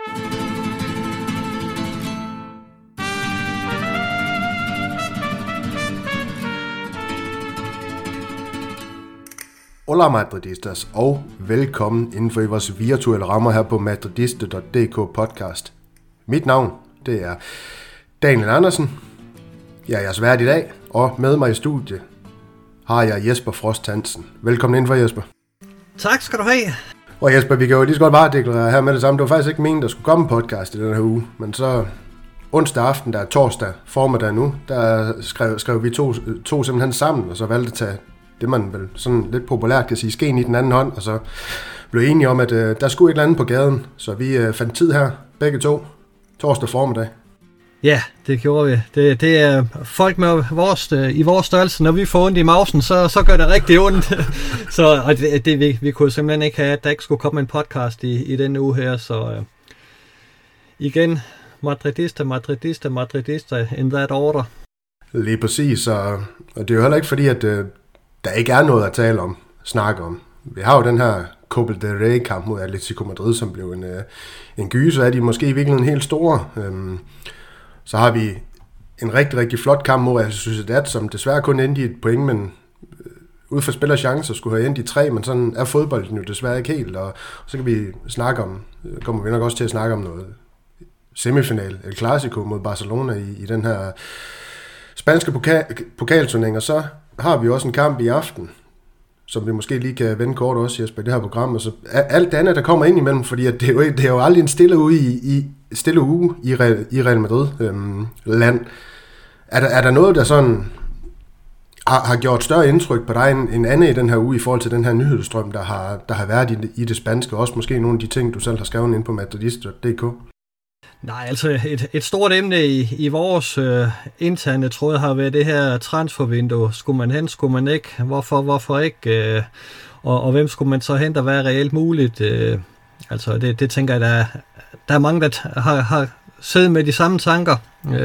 Hola Madridistas, og velkommen inden for i vores virtuelle rammer her på madridiste.dk podcast. Mit navn, det er Daniel Andersen. Jeg er jeres vært i dag, og med mig i studiet har jeg Jesper Frost Hansen. Velkommen indenfor, Jesper. Tak skal du have. Og Jesper, vi kan jo lige så godt bare deklarere her med det samme. Det var faktisk ikke meningen, der skulle komme en podcast i den her uge, men så onsdag aften, der er torsdag formiddag nu, der skrev vi to simpelthen sammen, og så valgte at tage det, man vel sådan lidt populært kan sige, skeen i den anden hånd, og så blev enige om, at der skulle et eller andet på gaden, så vi fandt tid her, begge to, torsdag formiddag. Ja, det gjorde vi. Det er folk med i vores størrelse, når vi får ondt i mausen, så gør det rigtig ondt. Så vi kunne simpelthen ikke have, at der ikke skulle komme en podcast i denne uge her, så igen, Madridista, in that order. Lige præcis, og det er jo heller ikke fordi, at der ikke er noget at tale om, snakke om. Vi har jo den her Copa del Rey-kamp mod Atletico Madrid, som blev en gyser af de måske i virkeligheden helt store. Så har vi en rigtig, rigtig flot kamp mod Real Sociedad, som desværre kun endte i et point, men ud fra spillerchancer skulle have endt i 3, men sådan er fodbolden jo desværre ikke helt. Og så kan vi snakke om, kommer vi nok også til at snakke om noget semifinal, El Clasico mod Barcelona i den her spanske pokalturnering, og så har vi også en kamp i aften, som vi måske lige kan vende kort også, Jesper, i det her program, og så alt det andet, der kommer ind imellem, fordi at det er jo aldrig en stille uge i Real Madrid land. Er der noget, der sådan har gjort større indtryk på dig end andet i den her uge, i forhold til den her nyhedsstrøm, der har været i det spanske, og også måske nogle af de ting, du selv har skrevet ind på madridiste.dk? Nej, altså et stort emne i vores interne tråd har været det her transfervindue. Skulle man hen, skulle man ikke? Hvorfor ikke? Og hvem skulle man så hente, og hvad er reelt muligt? Altså det tænker jeg, der er mange, der har siddet med de samme tanker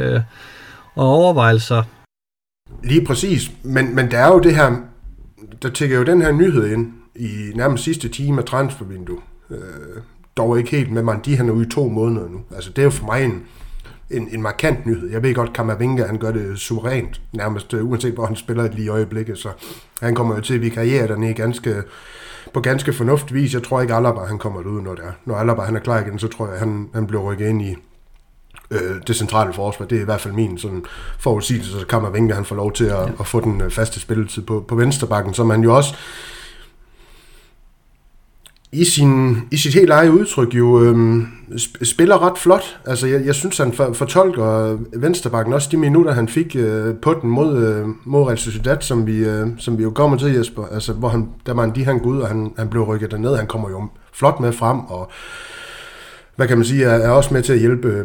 og overvejelser. Lige præcis, men der er jo det her, der tækker jo den her nyhed ind i nærmest sidste time af transfervindue. Dog ikke helt med Mandi, han er ude i 2 måneder nu. Altså det er jo for mig en markant nyhed. Jeg ved godt, Camavinga, han gør det suverænt, nærmest uanset hvor han spiller lige i øjeblikket, så han kommer jo til at vikariere dernede på ganske fornuftig vis. Jeg tror ikke Alaba, han kommer ud, når Alaba han er klar igen, så tror jeg, han bliver rykket ind i det centrale forsvar. Det er i hvert fald min sådan forudsigelse, så Camavinga, han får lov til at få den faste spilletid på venstrebakken, som han jo også i sit helt eget udtryk jo spiller ret flot. Altså jeg synes, han fortolker venstrebakken også de minutter, han fik på den mod Real Sociedad, som vi jo kommer til, Jesper. Altså hvor der var han går ud, og han blev rykket derned. Han kommer jo flot med frem, og hvad kan man sige, er også med til at hjælpe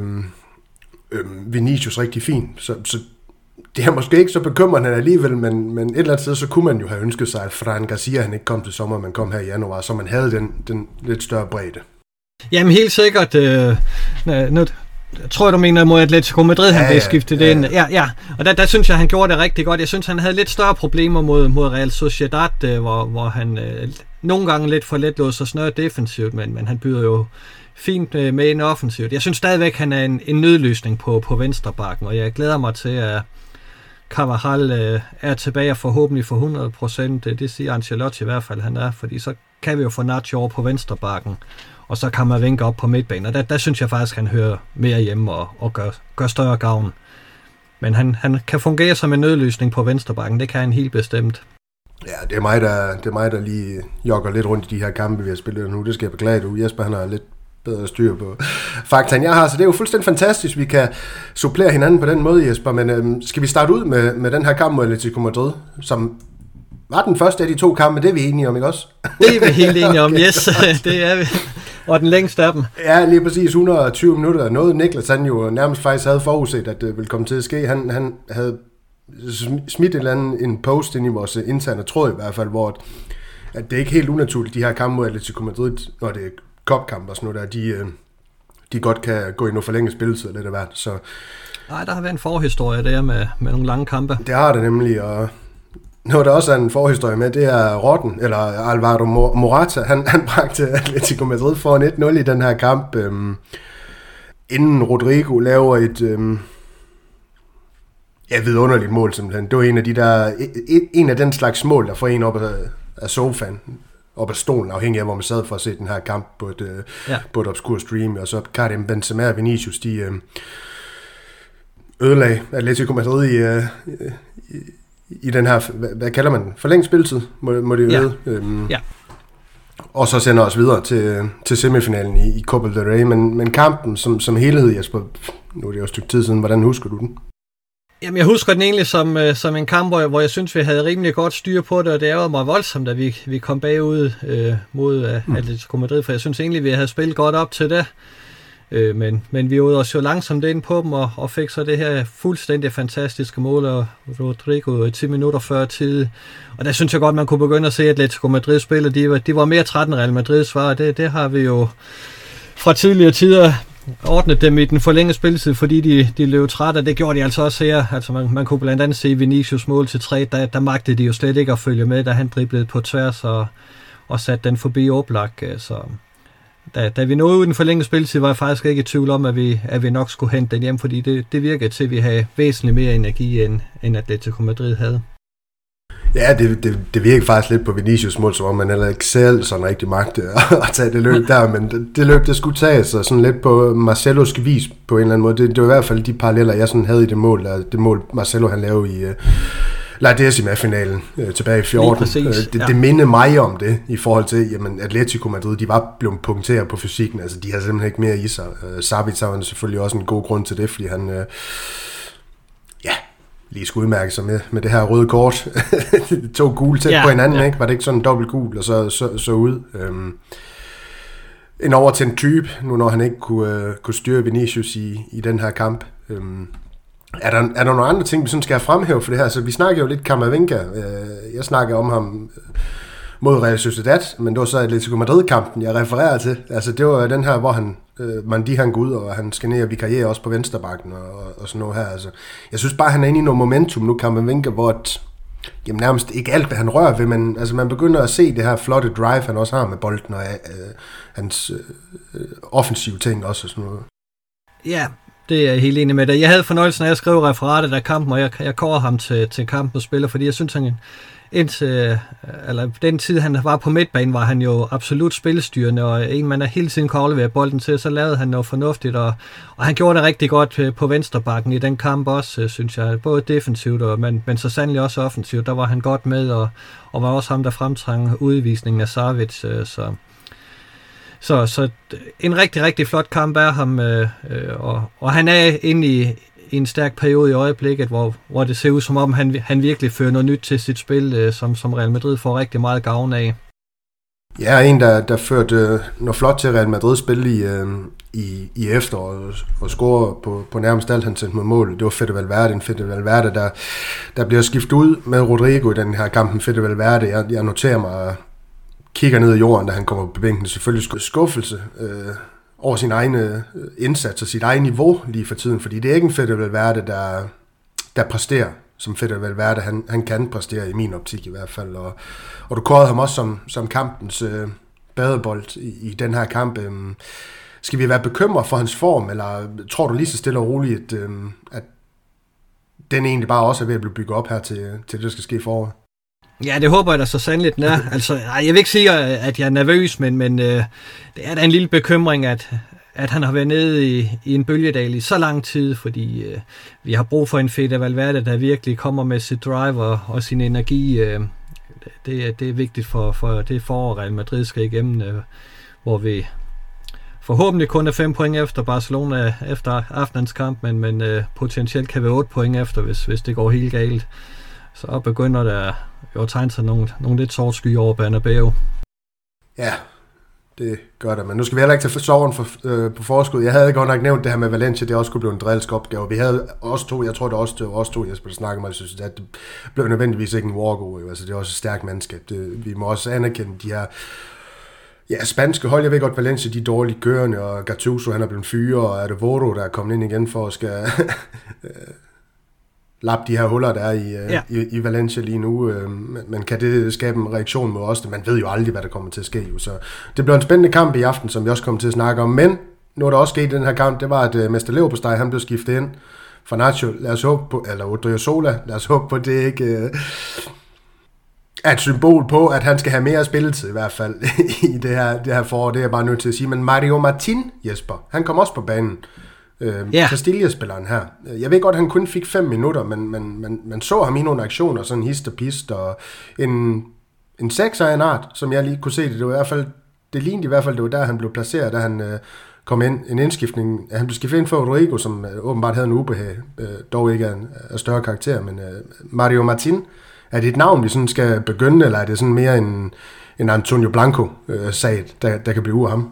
Vinicius rigtig fint. Så det er måske ikke så bekymrende alligevel, men et eller andet sted, så kunne man jo have ønsket sig, at Fran Garcia, han ikke kom til sommer, man kom her i januar, så man havde den lidt større bredde. Jamen helt sikkert. Nu tror jeg, du mener mod Atletico Madrid, han blev skiftet ind. Ja. Og der synes jeg, han gjorde det rigtig godt. Jeg synes, han havde lidt større problemer mod Real Sociedad, hvor han nogle gange lidt for let lå sig snøret defensivt, men han byder jo fint med en offensivt. Jeg synes stadigvæk, han er en nødløsning på venstrebakken, og jeg glæder mig til, at Carvajal er tilbage og forhåbentlig for 100%. Det siger Ancelotti i hvert fald, han er, fordi så kan vi jo få Nacho over på venstrebakken, og så kan man vinke op på midtbanen. Og der synes jeg faktisk, han hører mere hjemme og gør større gavn. Men han kan fungere som en nødløsning på venstrebakken, det kan han helt bestemt. Ja, det er mig, der lige jogger lidt rundt i de her kampe, vi har spillet nu. Det skal jeg beklage, du. Jesper, han har lidt bedre styr på fakta, end jeg har, så det er jo fuldstændig fantastisk, vi kan supplere hinanden på den måde, Jesper, men skal vi starte ud med den her kamp mod Atletico Madrid, som var den første af de 2 kampe, det er vi enige om, ikke også? Det er vi helt enige om, yes, det er vi, og den længste af dem. Ja, lige præcis 120 minutter, noget Niklas, han jo nærmest faktisk havde forudset, at det ville komme til at ske. Han havde smidt en post ind i vores interne tråd i hvert fald, hvor at det er ikke helt unaturligt, de her kampe mod Atletico Madrid, når det er cupkamp og sådan noget der, de godt kan gå i noget forlænget spilletid eller lidt af hvert. Så nej, der har været en forhistorie der med nogle lange kampe. Det har det nemlig, og noget der også er en forhistorie med, det er Rotten, eller Alvaro Morata, han bragte Atletico Madrid foran 1-0 i den her kamp. inden Rodrigo laver et vidunderligt mål simpelthen. Det var en af den slags mål, der får en op af sofaen, op af stolen, afhængig af, hvor man sad for at se den her kamp på et obskur stream, og så Karim Benzema og Vinicius, de ødelagde Atletico Madrid i den her, hvad kalder man den? Forlænget spilletid, må det jo hedde. Og så sender os videre til semifinalen i Copa del Rey, men kampen som helhed, Jesper, nu er det jo et stykke tid siden, hvordan husker du den? Jamen, jeg husker den egentlig som en kamp, hvor jeg synes, vi havde rimelig godt styr på det, og det ærgede mig voldsomt, da vi kom bagud mod Atletico Madrid, for jeg synes egentlig, vi havde spillet godt op til det. Men vi nåede os jo langsomt ind på dem, og fik så det her fuldstændig fantastiske mål af Rodrigo 10 minutter før tid. Og der synes jeg godt, man kunne begynde at se, at Atletico Madrid spiller. De var mere træt end Real Madrids var, og det har vi jo fra tidligere tider ordnet dem i den forlængede spilletid, fordi de løb træt, og det gjorde de altså også her. Altså man kunne blandt andet se Vinicius mål til 3, der magtede de jo slet ikke at følge med, da han driblede på tværs og satte den forbi Oblak. Så da vi nåede den forlængede spilletid, var jeg faktisk ikke i tvivl om, at vi nok skulle hente den hjem, fordi det virkede til, at vi havde væsentligt mere energi, end Atletico Madrid havde. Ja, det virker faktisk lidt på Vinicius mål, som om man heller ikke selv sådan rigtig magte at tage det løb der, men det løb, det skulle tages, og sådan lidt på Marcelos vis på en eller anden måde. Det var i hvert fald de paralleller, jeg sådan havde i det mål Marcelo han lavede i La Decima-finalen tilbage i 14. Det mindede mig om det, i forhold til, jamen Atletico Madrid, de var blevet punkteret på fysikken, altså de har simpelthen ikke mere i sig. Sabitzer var selvfølgelig også en god grund til det, fordi han lige skulle udmærke sig med det her røde kort. To gule tæt på hinanden, ikke? Var det ikke sådan en dobbelt gul, og så ud. En over til en type, nu når han ikke kunne styre Vinicius i den her kamp. Er der nogle andre ting, vi sådan skal have fremhæve for det her? Så vi snakker jo lidt Camavinga. Jeg snakker om ham mod Real Sociedad, men det var så Atletico Madrid-kampen, jeg refererer til. Altså det var den her, hvor han går ud, og han skal ned og vikariere også på venstrebakken og sådan noget her. Altså, jeg synes bare, han er inde i noget momentum nu, Camavinga, hvor nærmest ikke alt, hvad han rører ved, men altså, man begynder at se det her flotte drive, han også har med bolden, og hans offensive ting også og sådan noget. Ja, det er jeg helt enig med dig. Jeg havde fornøjelsen af at skrive referatet af kampen, og jeg kårer ham til kampen og spiller, fordi jeg synes, den tid, han var på midtbanen, var han jo absolut spilstyrende, og man er hele tiden kunne aflevere bolden til, så lavede han noget fornuftigt, og han gjorde det rigtig godt på venstrebakken i den kamp også, synes jeg, både defensivt, men så sandelig også offensivt. Der var han godt med, og var også ham, der fremtvang udvisningen af Savic, så en rigtig, rigtig flot kamp er ham, og han er inde i en stærk periode i øjeblikket, hvor det ser ud som om, han virkelig fører noget nyt til sit spil, som Real Madrid får rigtig meget gavn af. Ja, en, der førte noget flot til Real Madrid spil i efteråret og score på nærmest alt, han sendte med mål. Det var Fede Valverde, der bliver skiftet ud med Rodrigo i den her kampen. Fede Valverde, jeg noterer mig, kigger ned i jorden, da han kommer på bænken. Selvfølgelig skuffelse over sin egen indsats og sit eget niveau lige for tiden, fordi det er ikke en Fede Valverde, der præsterer, som Fede Valverde, han kan præstere i min optik i hvert fald, og du kårede ham også som kampens badebold i den her kamp. Skal vi være bekymret for hans form, eller tror du lige så stille og roligt, at den egentlig bare også er ved at blive bygget op her til det, der skal ske i foråret? Ja, det håber jeg da så sandelig, den er. Altså, jeg vil ikke sige, at jeg er nervøs, men det er da en lille bekymring, at han har været nede i en bølgedal i så lang tid, fordi vi har brug for en Fede Valverde, der virkelig kommer med sit drive og sin energi. Det er vigtigt for det forår, Real Madrid skal igennem, hvor vi forhåbentlig kun er 5 point efter Barcelona efter aftenens kamp, men potentielt kan være 8 point efter, hvis det går helt galt. Så begynder der jo at tegne sig nogle lidt sortskyer over Bernabeu. Ja, det gør det, men nu skal vi heller ikke tage sorgen på forskud. Jeg havde godt nok nævnt det her med Valencia, det også kunne blive en drilsk opgave. Vi havde også to, jeg tror det også var os to, Jesper, der snakkede med, jeg synes, at det blev nødvendigvis ikke en walkover. Altså, det er også et stærkt mandskab. Vi må også anerkende de her spanske hold. Jeg ved godt, Valencia de er dårligt kørende, og Gattuso han er blevet fyret, og er det Voro, der er kommet ind igen for at skal lappe de her huller, der er i Valencia lige nu. Men kan det skabe en reaktion mod os? Man ved jo aldrig, hvad der kommer til at ske. Så det bliver en spændende kamp i aften, som vi også kommer til at snakke om. Men noget, der også skete i den her kamp, det var, at Mester Leverpostej, han blev skiftet ind fra Nacho. Lad os håbe på, eller Odriozola, lad os håbe på, det ikke er et symbol på, at han skal have mere spilletid i hvert fald i det her forår. Det er jeg bare nødt til at sige. Men Mario Martin, Jesper, han kom også på banen. Castilla-spilleren her. Jeg ved godt, at han kun fik 5 minutter, men man så ham i nogle aktioner, sådan hist og pist, og en sekser af en art, som jeg lige kunne se det. Det var i hvert fald, det lignede i hvert fald, det var der, han blev placeret, da han kom ind. En indskiftning, han blev skiftet ind for Rodrigo, som åbenbart havde en ubehag, dog ikke af større karakter, men Mario Martin, er det et navn, vi sådan skal begynde, eller er det sådan mere en Antonio Blanco-sag, der kan blive ud af ham?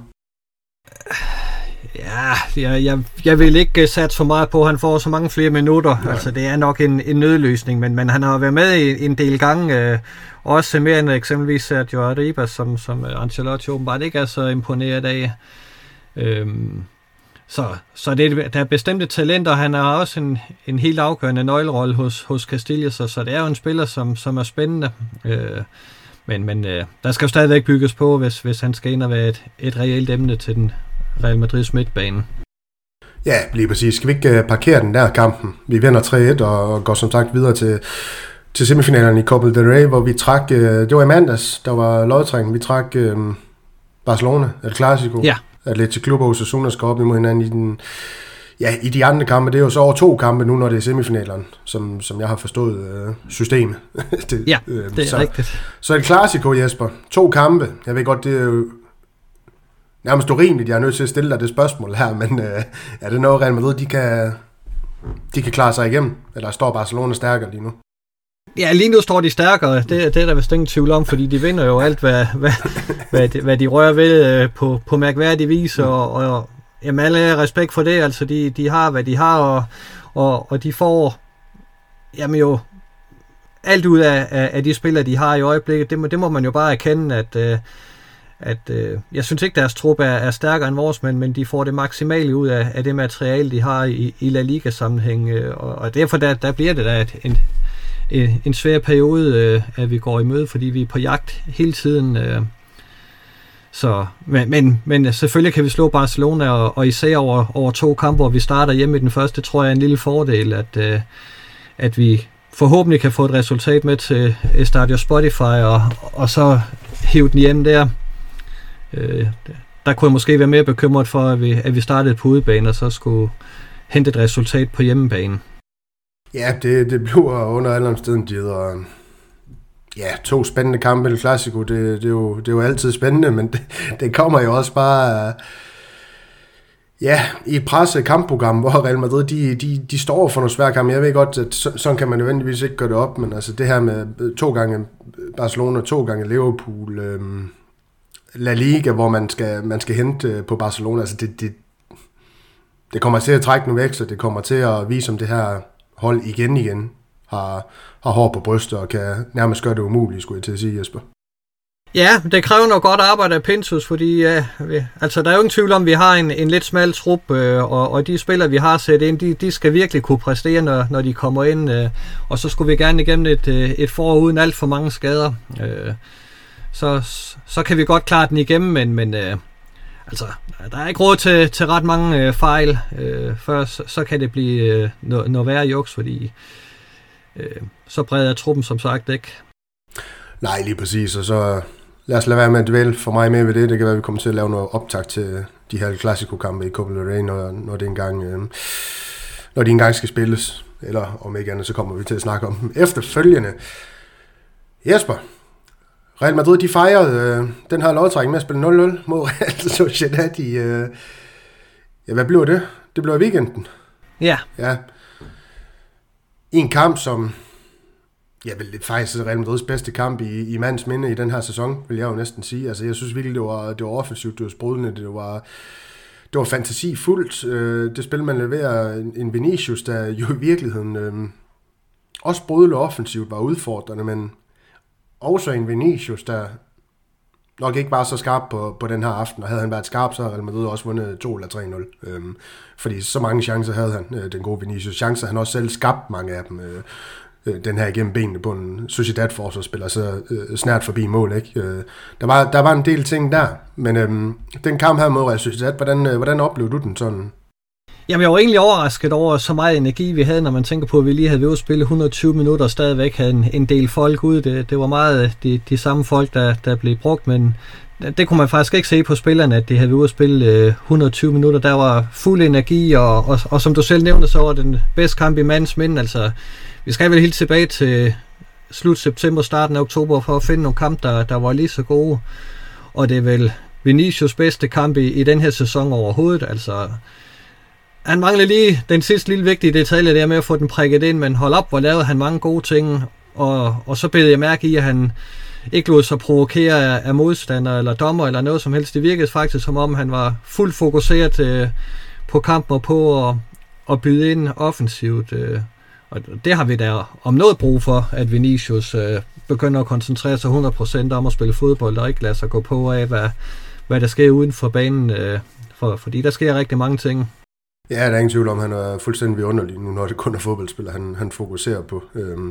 Ja, jeg vil ikke satse for meget på, at han får så mange flere minutter. Nej. Altså, det er nok en nødløsning, men han har været med en del gange, også mere end eksempelvis Sergio Arribas, som Ancelotti åbenbart ikke er så imponeret af. Så der er bestemte talenter. Han har også en helt afgørende nøglerolle hos Castilla, så det er jo en spiller, som er spændende. Men der skal jo stadigvæk bygges på, hvis han skal ind og være et reelt emne til den Real Madrids midtbane. Ja, lige præcis. Skal vi ikke parkere den der kampen? Vi vinder 3-1 og går som sagt videre til semifinalerne i Copa del Rey, hvor vi trak, det var i mandags, der var lodtrækning, vi trak Barcelona, El Clasico, ja. Athletic Club og Osasuna skal op imod hinanden i de andre kampe. Det er jo så over 2 kampe nu, når det er semifinalerne, som jeg har forstået systemet. Det er rigtigt. Så El Clasico, Jesper, 2 kampe. Jeg ved godt, det er jo nærmest urimeligt, jeg er nødt til at stille dig det spørgsmål her, men er det noget, Real Madrid, de kan klare sig igennem? Eller står Barcelona stærkere lige nu? Ja, lige nu står de stærkere. Det er der vist ingen tvivl om, fordi de vinder jo alt, hvad de rører ved på mærkværdig vis, og jamen, alle respekt for det. Altså, de har, hvad de har, og de får jamen jo alt ud af de spillere, de har i øjeblikket. Det må man jo bare erkende, at jeg synes ikke, deres trup er stærkere end vores, men de får det maksimale ud af det materiale, de har i La Liga-sammenhæng, og derfor der bliver det da en svær periode, at vi går i møde, fordi vi er på jagt hele tiden. Men selvfølgelig kan vi slå Barcelona, og især over 2 kampe, hvor vi starter hjemme i den første, tror jeg er en lille fordel, at vi forhåbentlig kan få et resultat med til Estadio Spotify, og så hive den hjem der. Der kunne jeg måske være mere bekymret for, at vi startede på udebane, og så skulle hente et resultat på hjemmebane. Ja, det bliver under alle omstændigheder. Og 2 spændende kampe i El Clasico, det er jo altid spændende, men det kommer jo også bare i et presset kampprogram, hvor Real Madrid, de står for nogle svære kampe. Jeg ved godt, at sådan kan man nødvendigvis ikke gøre det op, men altså det her med 2 gange Barcelona, 2 gange Liverpool, La Liga, hvor man skal hente på Barcelona, altså det kommer til at trække nogle veksler, det kommer til at vise, om det her hold igen har hår på brystet og kan nærmest gøre det umuligt, skulle jeg til at sige, Jesper. Ja, det kræver noget godt arbejde af Pintus, fordi altså, der er jo ingen tvivl om, at vi har en lidt smal trup, og de spillere, vi har sat ind, de skal virkelig kunne præstere, når de kommer ind, og så skulle vi gerne igennem et forår uden alt for mange skader. Så kan vi godt klare den igennem, men altså, der er ikke råd til ret mange fejl. Før så kan det blive noget værre juks, fordi så breder jeg truppen som sagt ikke. Nej, lige præcis, og så lad os lade være med at dvæle for mig med ved det. Det kan være, at vi kommer til at lave noget optag til de her Clasico-kampe i Copa del Rey, når de engang skal spilles. Eller om ikke andet, så kommer vi til at snakke om dem efterfølgende. Jesper, Real Madrid, de fejrede den her lodtrækning med at spille 0-0 mod Real Sociedad i... hvad blev det? Det blev i weekenden. Ja. I en kamp, som... vel, det er faktisk Real Madrids bedste kamp i mands minde i den her sæson, vil jeg jo næsten sige. Altså, jeg synes virkelig, det var offensivt, det var sprudlende, det var fantasifuldt. Det spil, man leverer en Vinicius, der jo i virkeligheden også sprudlende offensivt var udfordrende, men også en Vinicius, der nok ikke var så skarp på den her aften, og havde han været skarp, så havde Real Madrid også vundet 2 eller 3-0. Fordi så mange chancer havde han, den gode Vinicius. Chancer han også selv skabt mange af dem. den her igennem benene på en Sociedad-forsvarsspiller, så snart forbi mål, ikke? Der var en del ting der, men den kamp her mod Real Sociedad, hvordan oplevede du den sådan? Jamen, jeg var egentlig overrasket over så meget energi, vi havde, når man tænker på, at vi lige havde ved at spille 120 minutter og stadigvæk havde en del folk ude. Det var meget de samme folk, der blev brugt, men det kunne man faktisk ikke se på spillerne, at de havde ved at spille 120 minutter. Der var fuld energi, og som du selv nævnte, så var den bedste kamp i mandens minde. Altså, vi skal vel helt tilbage til slut september, starten af oktober, for at finde nogle kampe, der var lige så gode. Og det er vel Vinicius' bedste kamp i den her sæson overhovedet. Altså, han mangler lige den sidste lille vigtige detalje der med at få den prikket ind, men hold op, hvor lavede han mange gode ting. Og så bed jeg mærke i, at han ikke lod sig provokere af modstander eller dommer eller noget som helst. Det virkede faktisk, som om han var fuldt fokuseret på kampen og på at byde ind offensivt. Og det har vi der om noget brug for, at Vinicius begynder at koncentrere sig 100% om at spille fodbold og ikke lade sig gå på af, hvad der sker uden for banen. Fordi der sker rigtig mange ting. Ja, der er ingen tvivl om, han er fuldstændig vidunderlig nu, når det kun er fodboldspiller, han fokuserer på.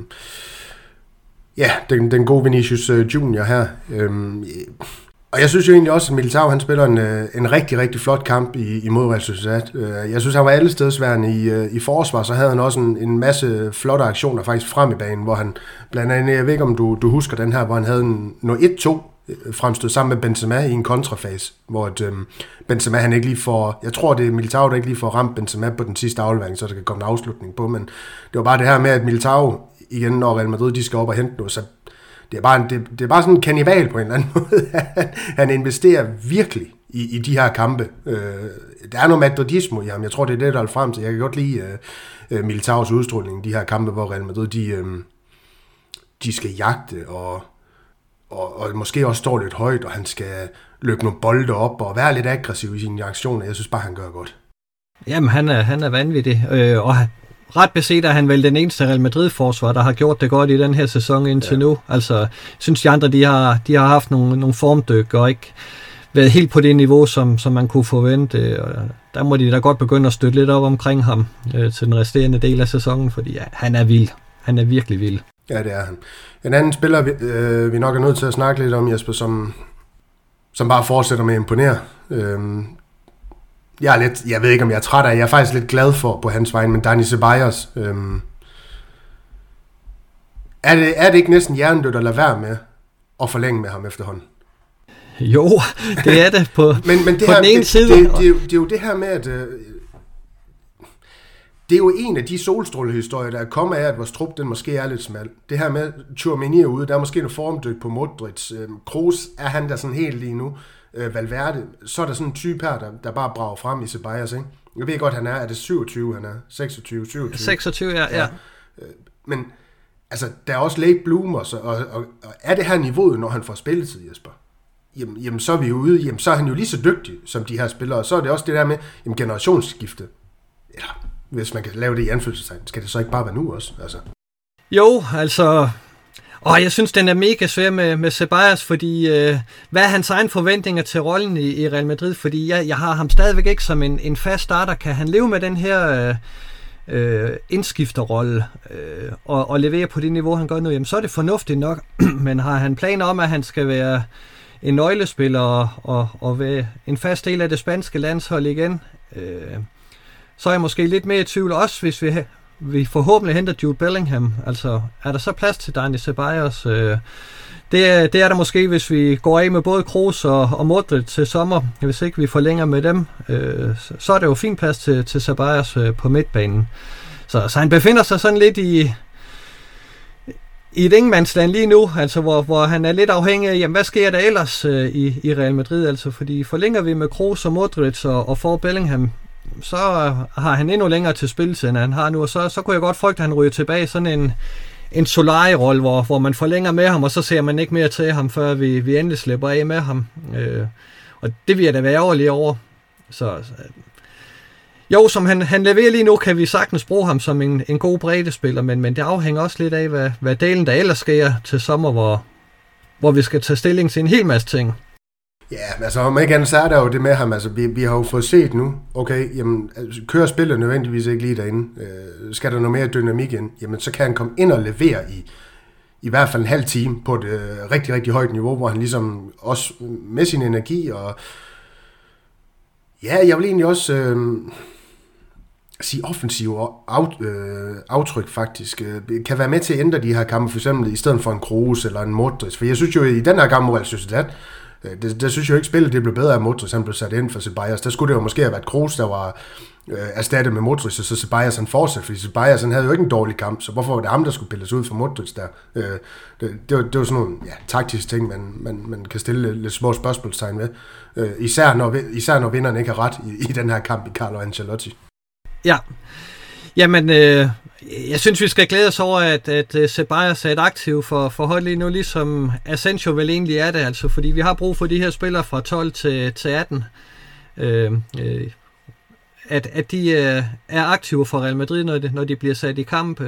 Ja, den gode Vinicius Junior her. Og jeg synes jo egentlig også, at Militao han spiller en rigtig, rigtig flot kamp imod Real Sociedad. Jeg synes, han var allestedsværende i forsvar, så havde han også en masse flotte aktioner faktisk frem i banen, hvor han blandt andet, jeg ved ikke om du husker den her, hvor han havde noget 1-2 fremstød sammen med Benzema i en kontrafase, hvor Benzema han ikke lige får, jeg tror det er Militao, der ikke lige får ramt Benzema på den sidste aflevering, så der kan komme en afslutning på, men det var bare det her med, at Militao igen, når Real Madrid de skal op og hente noget, så det er bare sådan en kannibal på en eller anden måde. Han investerer virkelig i de her kampe. Der er noget madridismo i ham. Jeg tror, det er det, der er frem til. Jeg kan godt lide Militaos udstråling, de her kampe, hvor Real Madrid de skal jagte, og måske også står lidt højt, og han skal løbe nogle bolde op og være lidt aggressiv i sine aktioner. Jeg synes bare, han gør godt. Jamen, han er vanvittig. Og ret beset er han vel den eneste Real Madrid-forsvar, der har gjort det godt i den her sæson indtil nu. Altså, jeg synes de andre, de har haft nogle formdyk og ikke været helt på det niveau, som man kunne forvente. Og der må de da godt begynde at støtte lidt op omkring ham til den resterende del af sæsonen, fordi ja, han er vild. Han er virkelig vild. Ja, det er han. En anden spiller, vi nok er nødt til at snakke lidt om, Jesper, som bare fortsætter med at imponere. Jeg ved ikke, om jeg er træt af. Jeg er faktisk lidt glad for på hans vegne, men Dani Ceballos. Er det ikke næsten hjernedødt at lade være med at forlænge med ham efterhånden? Jo, det er det på, men det på her, den ene side. Det er jo det her med, at det er jo en af de solstrålehistorier, der kommer af, at vores trup den måske er lidt smal. Det her med Tchouaméni er ude, der er måske noget formdyk på Modric. Kroos er han der sådan helt lige nu. Valverde, så er der sådan en type her, der bare brager frem i Ceballos, ikke? Jeg ved godt, han er det 27, han er 26, 27? 26, ja. Men altså, der er også late bloomers, og er det her niveauet, når han får spilletid, Jesper? Jamen, så er vi ude, jamen, så er han jo lige så dygtig som de her spillere, og så er det også det der med generationsskifte. Ja, hvis man kan lave det i anfølgelsestegn, skal det så ikke bare være nu også? Altså. Jo, altså. Og jeg synes, den er mega svær med Ceballos, fordi hvad er hans egen forventninger til rollen i Real Madrid? Fordi jeg har ham stadigvæk ikke som en fast starter. Kan han leve med den her indskifterrolle og levere på det niveau, han gør nu? Jamen, så er det fornuftigt nok. Men har han planer om, at han skal være en nøglespiller og være en fast del af det spanske landshold igen? Så er jeg måske lidt mere i tvivl, også hvis vi forhåbentlig henter Jude Bellingham. Altså, er der så plads til Dani Ceballos? Det er der måske, hvis vi går af med både Kroos og Modric til sommer. Hvis ikke vi forlænger med dem, så er der jo fin plads til Ceballos på midtbanen. Så han befinder sig sådan lidt i et ingenmandsland lige nu, altså hvor han er lidt afhængig af, jamen, hvad sker der ellers i Real Madrid? Altså, fordi forlænger vi med Kroos og Modric og får Bellingham, så har han endnu længere til spilletid, end han har nu, og så kunne jeg godt frygte, at han ryger tilbage i sådan en Solari-rolle, hvor man forlænger med ham, og så ser man ikke mere til ham, før vi endelig slipper af med ham. Og det vil jeg da være ærgerlig over. Så jo, som han leverer lige nu, kan vi sagtens bruge ham som en god breddespiller, men det afhænger også lidt af, hvad delen der ellers sker til sommer, hvor vi skal tage stilling til en hel masse ting. Ja, altså om ikke andet, så er der jo det med ham, altså vi har jo fået set nu, okay, jamen, altså, kører spillet nødvendigvis ikke lige derinde, skal der noget mere dynamik ind, jamen så kan han komme ind og levere i hvert fald en halv time på et rigtig, rigtig højt niveau, hvor han ligesom også med sin energi, og ja, jeg vil egentlig også sige offensiv aftryk faktisk, kan være med til at ændre de her kampe, for eksempel i stedet for en Kroos eller en Modric, for jeg synes jo i den her kamp mod Real Sociedad, det synes jeg jo ikke spillet, det blev bedre af Modric, han blev sat ind for Ceballos. Der skulle det jo måske have været Kroos, der var erstattet med Modric, og så Ceballos han fortsat, fordi Ceballos han havde jo ikke en dårlig kamp, så hvorfor var det ham, der skulle pilles ud for Modric der? Det var sådan nogle taktiske ting, man kan stille lidt små spørgsmålstegn ved, især når vinderen ikke har ret i den her kamp i Carlo Ancelotti. Ja, jamen jeg synes, vi skal glæde os over, at Ceballos er et aktiv for hold lige nu, ligesom Asensio vel egentlig er det, altså, fordi vi har brug for de her spillere fra 12 til 18, at de er aktive for Real Madrid, når de bliver sat i kamp.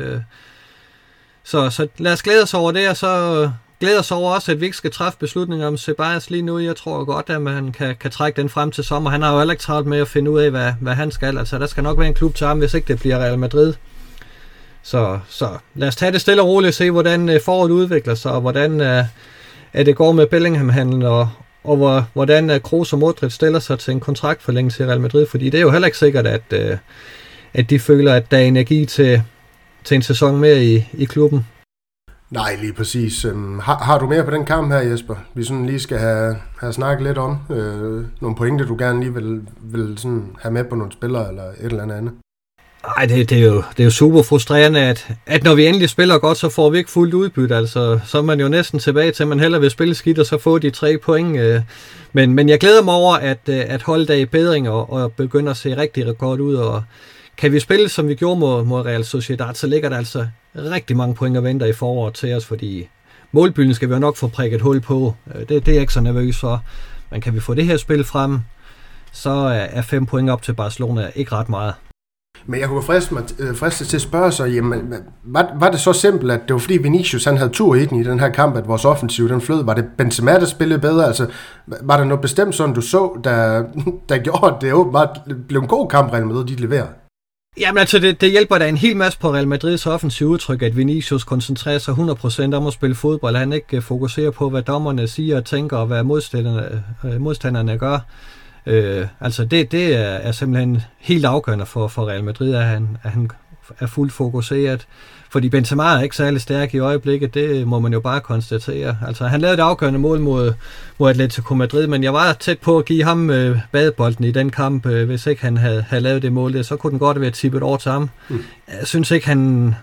Så lad os glæde os over det, og så glæder os over også, at vi ikke skal træffe beslutninger om Ceballos lige nu. Jeg tror godt, at man kan trække den frem til sommer. Han har jo heller ikke travlt med at finde ud af, hvad han skal. Altså, der skal nok være en klub til ham, hvis ikke det bliver Real Madrid. Så lad os tage det stille og roligt og se, hvordan foråret udvikler sig, og hvordan at det går med Bellingham-handlen, og hvordan Kroos og Modric stiller sig til en kontraktforlængelse i Real Madrid. Fordi det er jo heller ikke sikkert, at de føler, at der er energi til en sæson mere i klubben. Nej, lige præcis. Har du mere på den kamp her, Jesper? Vi sådan lige skal have snakket lidt om nogle pointer, du gerne lige vil sådan have med på nogle spillere eller et eller andet. Nej, det er jo super frustrerende, at når vi endelig spiller godt, så får vi ikke fuldt udbytte. Altså, så er man jo næsten tilbage til, at man hellere vil spille skidt og så få de 3 point. Men jeg glæder mig over, at holdet er i bedring og begynder at se rigtig godt ud. Og kan vi spille, som vi gjorde mod Real Sociedad, så ligger der altså rigtig mange point og venter i foråret til os, fordi målbyen skal vi jo nok få prikket hul på. Det er jeg ikke så nervøs for. Men kan vi få det her spil frem, så er 5 point op til Barcelona ikke ret meget. Men jeg kunne friste til at spørge sig, jamen, var det så simpelt, at det var fordi Vinicius han havde tur i den i den her kamp, at vores offensiv den flød? Var det Benzema, der spillede bedre? Altså, var der noget bestemt sådan, du så, der gjorde, at det åbenbart blev en god kamp, Real Madrid, de leverer? Jamen altså, det hjælper da en hel masse på Real Madrids offensive udtryk, at Vinicius koncentrerer sig 100% om at spille fodbold. Han ikke fokuserer på, hvad dommerne siger og tænker, og hvad modstanderne gør. Altså det er simpelthen helt afgørende for Real Madrid, at han er fuldt fokuseret, fordi Benzema er ikke særlig stærk i øjeblikket, det må man jo bare konstatere. Altså han lavede et afgørende mål mod Atletico Madrid, men jeg var tæt på at give ham badebolden i den kamp, hvis ikke han havde lavet det mål, så kunne den godt være tippet over til ham. Jeg synes ikke, han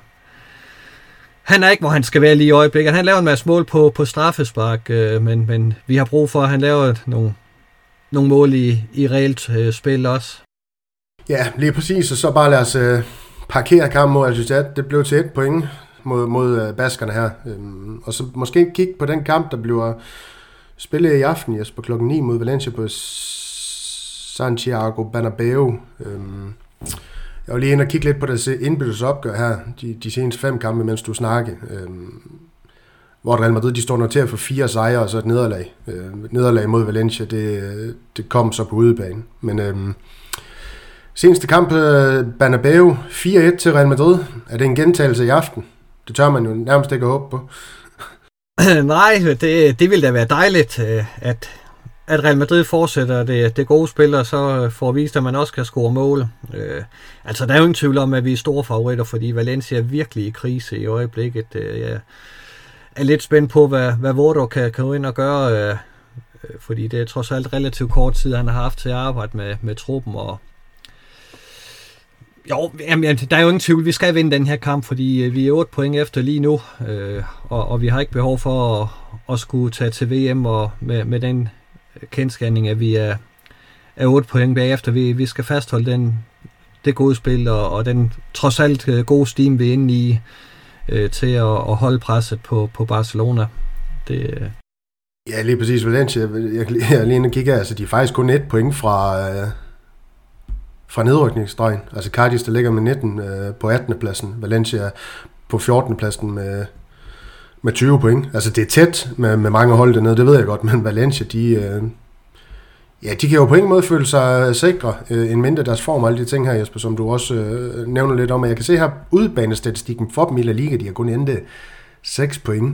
er ikke, hvor han skal være lige i øjeblikket. Han laver en masse mål på straffespark, men vi har brug for, at han laver nogle mål i reelt spil også. Ja, lige præcis, og så bare lad os parkere kampen mod Real Sociedad. Det blev til 1 point mod baskerne her. Og så måske kigge på den kamp, der bliver spillet i aften, Jesper, klokken 9 mod Valencia på Santiago Bernabeu. Jeg var lige inde og kigge lidt på deres indbyttes opgør her, de seneste 5 kampe, mens du snakkede. Hvor Real Madrid de står noteret for 4 sejre og så et nederlag. Nederlag mod Valencia, det kom så på udebane. Men seneste kamp, Bernabeu, 4-1 til Real Madrid. Er det en gentagelse i aften? Det tør man jo nærmest ikke at håbe på. Nej, det ville da være dejligt, at Real Madrid fortsætter det gode spil, og så får vist, at man også kan score mål. Altså, der er jo ingen tvivl om, at vi er store favoritter, fordi Valencia er virkelig i krise i øjeblikket. Jeg er lidt spændt på, hvad Vordo kan gå ind og gøre, fordi det er trods alt relativt kort tid, han har haft til at arbejde med truppen. Og jo, jamen, der er jo ingen tvivl, vi skal vinde den her kamp, fordi vi er 8 point efter lige nu, og vi har ikke behov for at skulle tage til VM og med den kendsgerning, at vi er 8 point bagefter. Vi skal fastholde det gode spil og den trods alt gode steam, vi er inde i, til at holde presset på Barcelona. Ja, lige præcis. Valencia, jeg lige inde og kigger, altså de er faktisk kun 1 point fra nedrykningsstregen. Altså Cardis, der ligger med 19 på 18. pladsen. Valencia på 14. pladsen med 20 point. Altså det er tæt med mange hold dernede, det ved jeg godt, men Valencia, de Ja, de kan jo på ingen måde føle sig sikre, en mindre deres form og alle de ting her, Jesper, som du også nævner lidt om. Og jeg kan se her udebanestatistikken for dem i La Liga, de har kun hentet 6 point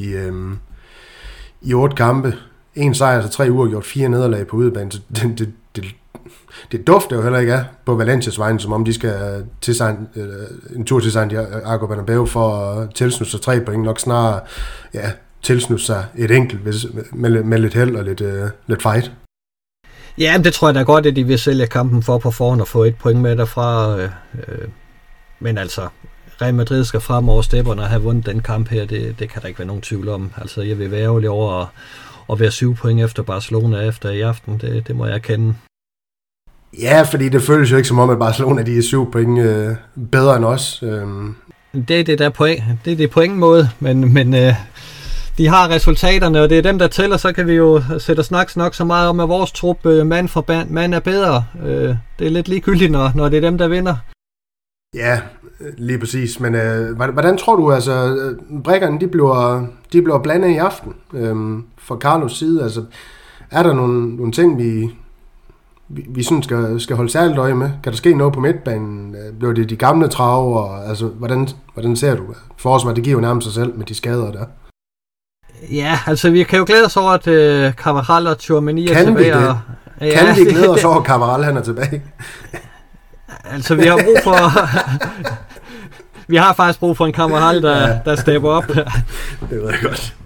i 8 kampe. 1 sejr, så 3 uger gjort 4 nederlag på udebane. Så det dufter jo heller ikke af på Valencias vejen, som om de skal en tur til Santiago Bernabeu for at tilsnutte sig 3 point. Nok snarere tilsnutte sig et enkelt med lidt held og lidt fight. Ja, det tror jeg da godt, at de vil sælge kampen for på forhånd og få 1 point med derfra. Men altså, Real Madrid skal frem over stepperne og have vundet den kamp her. Det kan der ikke være nogen tvivl om. Altså, jeg vil være ærgerlig over at være 7 point efter Barcelona efter i aften. Det må jeg kende. Ja, fordi det føles jo ikke som om, at Barcelona de er 7 point bedre end os. Det er det på ingen måde, men de har resultaterne, og det er dem, der tæller. Så kan vi jo sætte og snakke nok så meget om, at vores trup mand for mand er bedre. Det er lidt ligegyldigt, når det er dem, der vinder. Ja, lige præcis. Men hvordan tror du, altså, brikkerne de bliver blandet i aften fra Carlos side? Altså, er der nogle ting, vi sådan skal holde særligt øje med? Kan der ske noget på midtbanen? Bliver det de gamle traver? Altså, hvordan ser du? Forsvaret, det giver jo nærmest sig selv med de skader der. Ja, altså vi kan jo glæde os over, at Carvajal og Tchouaméni er tilbage. Kan vi glæde os over, at Carvajal han er tilbage? Altså vi har brug for... vi har faktisk brug for en Carvajal, der stepper op. Det ved jeg godt.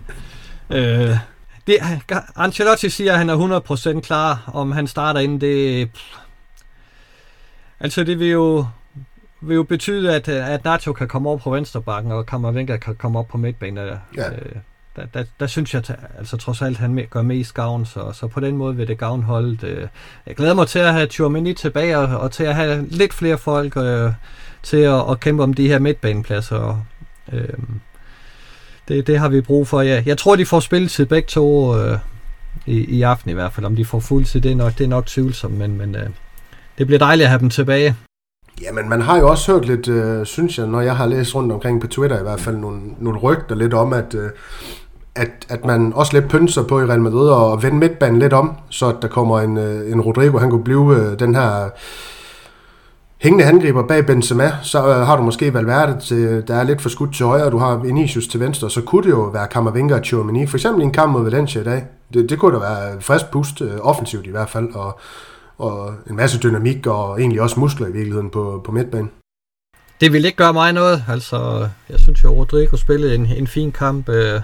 Ancelotti siger, at han er 100% klar, om han starter inden det... Altså det vil jo betyde, at Nacho kan komme over på venstrebakken, og Camavinga kan komme op på midtbanen. Ja. Der synes jeg, altså trods alt, han gør mest gavn, så på den måde vil det gavn holdet. Jeg glæder mig til at have Tchouaméni tilbage, og til at have lidt flere folk til at kæmpe om de her midtbanepladser. Det har vi brug for. Ja. Jeg tror, de får spilletid begge to i aften i hvert fald. Om de får fuldtid, det er nok tvivlsomt, men det bliver dejligt at have dem tilbage. Jamen, man har jo også hørt lidt, synes jeg, når jeg har læst rundt omkring på Twitter i hvert fald, nogle rygter lidt om, at man også lidt pynser på i Real Madrid og vende midtbanen lidt om, så at der kommer en Rodrigo, han kunne blive den her hængende angriber bag Benzema. Så har du måske Valverde, der er lidt for skudt til højre, og du har Vinicius til venstre, så kunne det jo være Camavinga og Tchouaméni. For eksempel i en kamp mod Valencia i dag. Det kunne da være frisk pust, offensivt i hvert fald, og en masse dynamik og egentlig også muskler i virkeligheden på midtbanen. Det vil ikke gøre mig noget. Altså, jeg synes jo, Rodrigo spillede en fin kamp,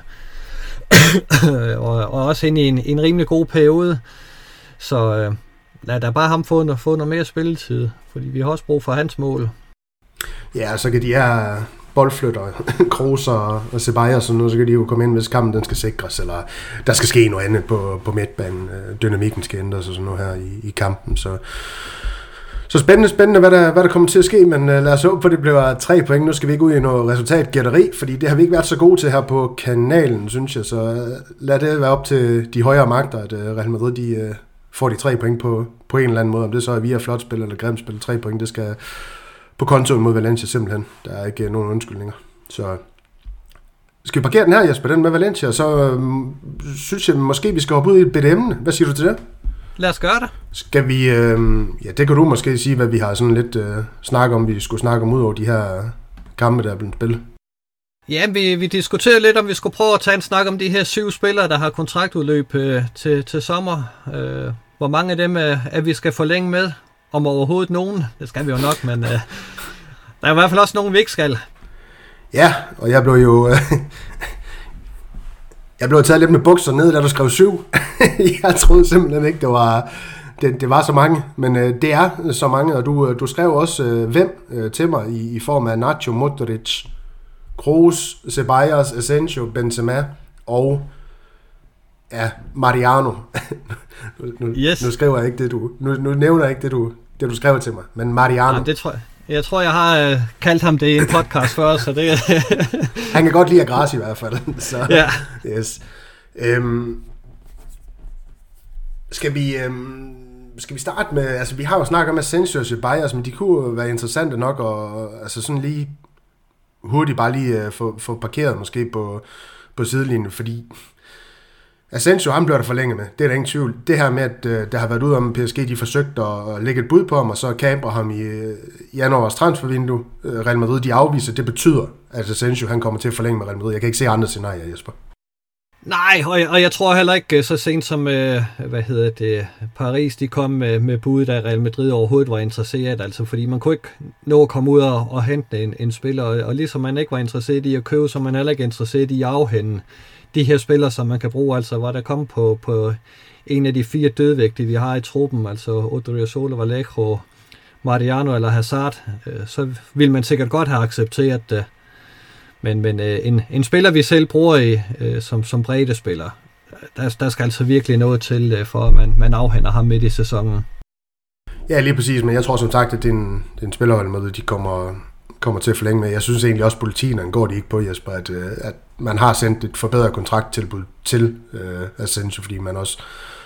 og også ind i en rimelig god periode. Så lad da bare ham få noget mere spilletid, fordi vi har også brug for hans mål. Ja, så kan de her boldflytter, Kroos og Ceballos og noget, så kan de jo komme ind, hvis kampen den skal sikres, eller der skal ske noget andet på midtbanen. Dynamikken skal ændres og sådan noget her i kampen. Så spændende, hvad der kommer til at ske, men lad os håbe på, at det bliver 3 point. Nu skal vi ikke ud i noget resultatgætteri, fordi det har vi ikke været så gode til her på kanalen, synes jeg. Så lad det være op til de højere magter, at Real Madrid de får de 3 point på en eller anden måde. Om det så er via flot spil eller grimt spil, 3 point, det skal på kontoen mod Valencia simpelthen. Der er ikke nogen undskyldninger. Så skal vi parkere den her, Jesper, den med Valencia, så synes jeg måske, vi skal hoppe ud i et bedt emne. Hvad siger du til det? Lad os gøre det. Skal vi, ja, det kan du måske sige, hvad vi har sådan lidt snakket om, vi skulle snakke om ud over de her kampe, der er blevet spillet. Ja, vi diskuterer lidt, om vi skulle prøve at tage en snak om de her 7 spillere, der har kontraktudløb til sommer. Hvor mange af dem er vi skal forlænge med? Om overhovedet nogen. Det skal vi jo nok, men der er i hvert fald også nogen, vi ikke skal. Ja, og jeg blev jo... jeg blev taget lidt med bukser ned, da du skrev 7. Jeg troede simpelthen ikke, det var så mange. Men det er så mange, og du skrev også hvem til mig i form af Nacho, Modric, Kroos, Ceballos, Asensio, Benzema og Mariano. Nu skriver jeg ikke det, nu nævner jeg ikke det, du skrev til mig, men Mariano. Ja, det tror jeg. Jeg tror, jeg har kaldt ham det i en podcast før, så det... Han kan godt lide at græs i hvert fald. Så, ja. Yes. Skal vi starte med... Altså, vi har jo snakket om Asensio og Ceballos, men de kunne være interessante nok, og altså sådan lige hurtigt bare lige få parkeret måske på sidelinjen, fordi Asensio, han bliver der forlænget med. Det er der ingen tvivl. Det her med, at der har været ud om PSG, de forsøgte at lægge et bud på ham, og så kapre ham i januars transfervindue. Real Madrid, de afviser. Det betyder, at Asensio, han kommer til at forlænge med Real Madrid. Jeg kan ikke se andre scenarier, Jesper. Nej, og jeg tror heller ikke så sent som, Paris, de kom med bud, da Real Madrid overhovedet var interesseret, altså fordi man kunne ikke nå at komme ud og hente en spiller, og ligesom man ikke var interesseret i at købe, så man heller ikke interesseret i at afhænde de her spillere, som man kan bruge, altså var der kommet på en af de 4 dødvægte, vi har i truppen, altså Odriozola, Vallejo, Mariano eller Hazard, så vil man sikkert godt have accepteret det. Men en spiller, vi selv bruger som breddespiller, der skal altså virkelig noget til, for at man afhænder ham midt i sæsonen. Ja, lige præcis, men jeg tror som sagt, at det er en spillerhold med, de kommer til at forlænge med. Jeg synes egentlig også, at politikken går de ikke på, Jesper, at man har sendt et forbedret kontrakttilbud til Asensio, fordi man også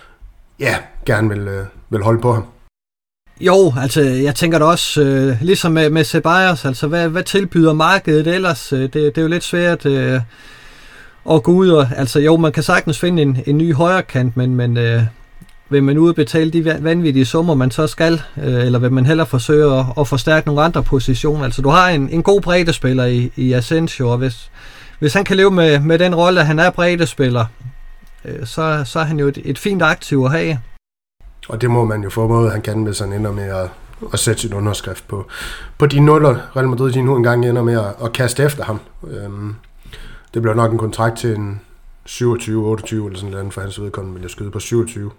gerne vil holde på ham. Jo, altså jeg tænker da også, ligesom med Ceballos, altså hvad tilbyder markedet ellers? Det er jo lidt svært at gå ud og, altså jo, man kan sagtens finde en ny højrekant, men vil man udbetale de vanvittige summer, man så skal, eller vil man hellere forsøge at forstærke nogle andre positioner? Altså du har en god breddespiller i Asensio, og hvis han kan leve med den rolle, at han er breddespiller, så er han jo et fint aktiv at have. Og det må man jo få måde, han kan, hvis han ender med at sætte sin underskrift på de nuller, Real Madrid de nu engang ender med at kaste efter ham. Det bliver nok en kontrakt til en 27-28 eller sådan noget, for hans vedkommende vil jeg skyde på 27.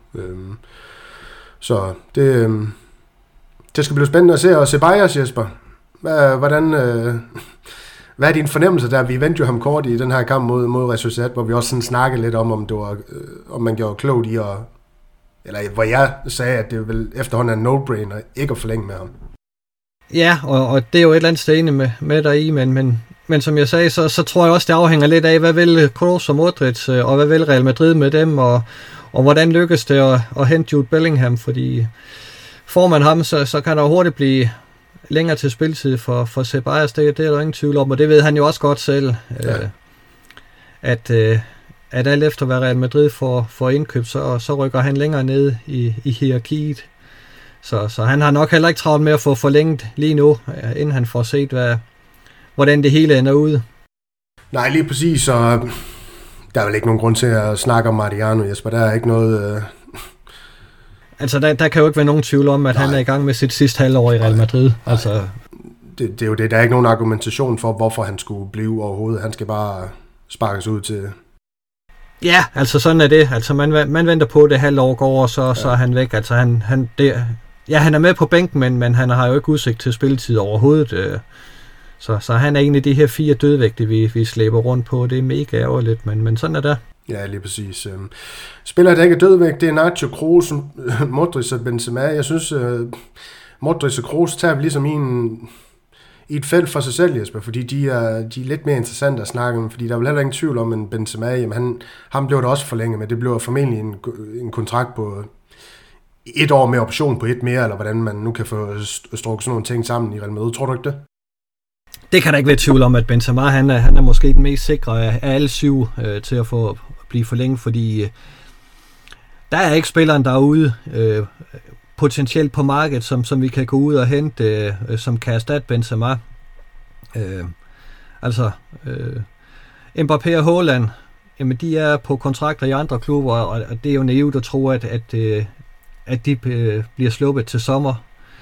Så det skal blive spændende at se. Og Ceballos, Jesper, hvad er din fornemmelse der? Vi vendte jo ham kort i den her kamp mod Real Sociedad, hvor vi også sådan snakkede lidt om det var, om man gjorde klogt i eller hvor jeg sagde, at det vil efterhånden en no-brainer ikke at forlænge med ham. Ja, og det er jo et eller andet sted enig med dig i, men som jeg sagde, så tror jeg også, det afhænger lidt af, hvad vil Kroos og Modric, og hvad vil Real Madrid med dem, og hvordan lykkes det at hente Jude Bellingham, fordi får man ham, så kan der hurtigt blive længere til spiltid for Ceballos, det er der ingen tvivl om, og det ved han jo også godt selv, at alt efter hvad Real Madrid får indkøbt, så rykker han længere ned i hierarkiet. Så han har nok heller ikke travlt med at få forlænget lige nu, inden han får set, hvordan det hele ender ud. Nej, lige præcis, og der er vel ikke nogen grund til at snakke om Mariano, Jesper. Der er ikke noget... Altså, der kan jo ikke være nogen tvivl om, at han er i gang med sit sidste halvår i Real Madrid. Nej. Altså... Det er jo det. Der er ikke nogen argumentation for, hvorfor han skulle blive overhovedet. Han skal bare sparkes ud til... Ja, altså sådan er det. Altså man venter på, det halvår går, og så er han væk. Altså han er med på bænken, men han har jo ikke udsigt til spilletid overhovedet. Så han er en af de her 4 dødvægte, vi slæber rundt på. Det er mega ærgerligt, men sådan er det. Ja, lige præcis. Spiller der ikke er dødvægt, det er Nacho, Kroos, Modric og Benzema. Jeg synes, Modric og Kroos tager ligesom i et felt for sig selv, Jesper, fordi de er lidt mere interessante at snakke om, fordi der er vel heller ingen tvivl om, en Benzema, jamen ham blev det også forlænget med. Det blev formentlig en kontrakt på 1 år med option på 1 mere, eller hvordan man nu kan få strukket sådan nogle ting sammen i Real Madrid. Tror du ikke det? Det kan der ikke være tvivl om, at Benzema, han er måske den mest sikre af alle 7 til at blive forlænget, fordi der er ikke spilleren derude potentielt på markedet, som vi kan gå ud og hente, som kan erstatte Benzema. Mbappé og Haaland, jamen de er på kontrakter i andre klubber, og det er jo naivt at tro, at de bliver sluppet til sommer.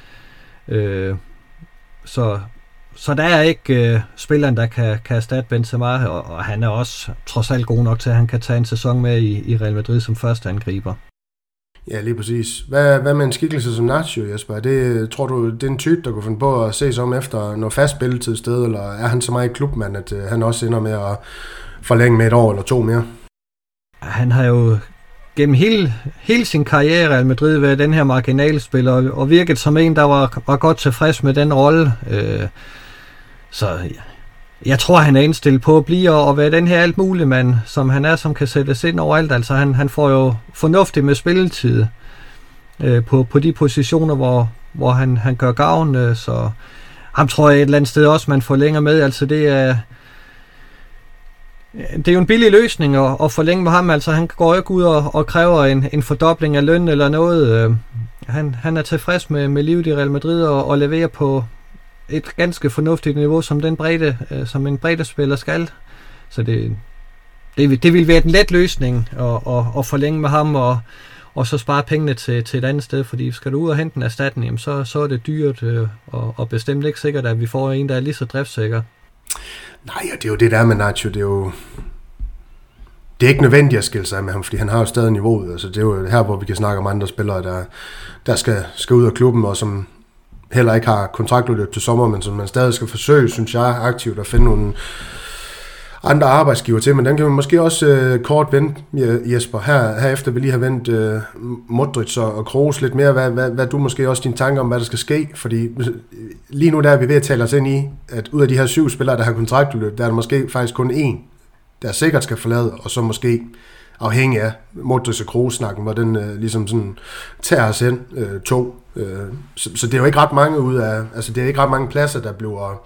Så der er ikke spilleren, der kan erstatte Benzema, og han er også trods alt god nok til, at han kan tage en sæson med i Real Madrid som første angriber. Ja, lige præcis. Hvad med en skikkelse som Nacho, Jesper? Tror du, det er en type, der kunne finde på at se sig om efter noget fast spilletid sted, eller er han så meget klubmand, at han også ender med at forlænge med 1 år eller 2 mere? Han har jo gennem hele sin karriere i Real Madrid været den her marginalspiller, og virket som en, der var godt tilfreds med den rolle. Så jeg tror, han er indstillet på at blive og være den her alt mulig mand, som han er, som kan sættes ind overalt. Altså han får jo fornuftigt med spilletid på de positioner, hvor han gør gavn. Så ham tror jeg et eller andet sted også, man får længere med. Altså det er... det er jo en billig løsning at forlænge med ham. Altså, han går ikke ud og kræver en fordobling af løn eller noget. Han er tilfreds med livet i Real Madrid og leverer på et ganske fornuftigt niveau, som en breddespiller skal. Så det vil være en let løsning at forlænge med ham og så spare pengene til et andet sted, fordi skal du ud og hente en erstatning, jamen så er det dyrt og bestemt ikke sikkert, at vi får en, der er lige så driftssikker. Nej, og det er jo det der med Nacho, det er ikke nødvendigt at skille sig med ham, fordi han har jo stadig niveauet. Altså, det er jo her, hvor vi kan snakke om andre spillere, der skal ud af klubben, og som heller ikke har kontraktudløb til sommer, men som man stadig skal forsøge, synes jeg, aktivt at finde nogle andre arbejdsgiver til, men den kan vi måske også kort vente, Jesper. Herefter vil lige have vendt Modric og Kroos lidt mere. Hvad du måske også dine tanker om, hvad der skal ske? Fordi lige nu der er vi ved at tale os ind i, at ud af de her 7 spillere, der har kontraktudløb, der er der måske faktisk kun én, der sikkert skal forlade, og så måske afhængig af Modric og Kroos-snakken, hvor den ligesom sådan tager os ind 2. Så det er jo ikke ret mange ud af, altså det er ikke ret mange pladser, der bliver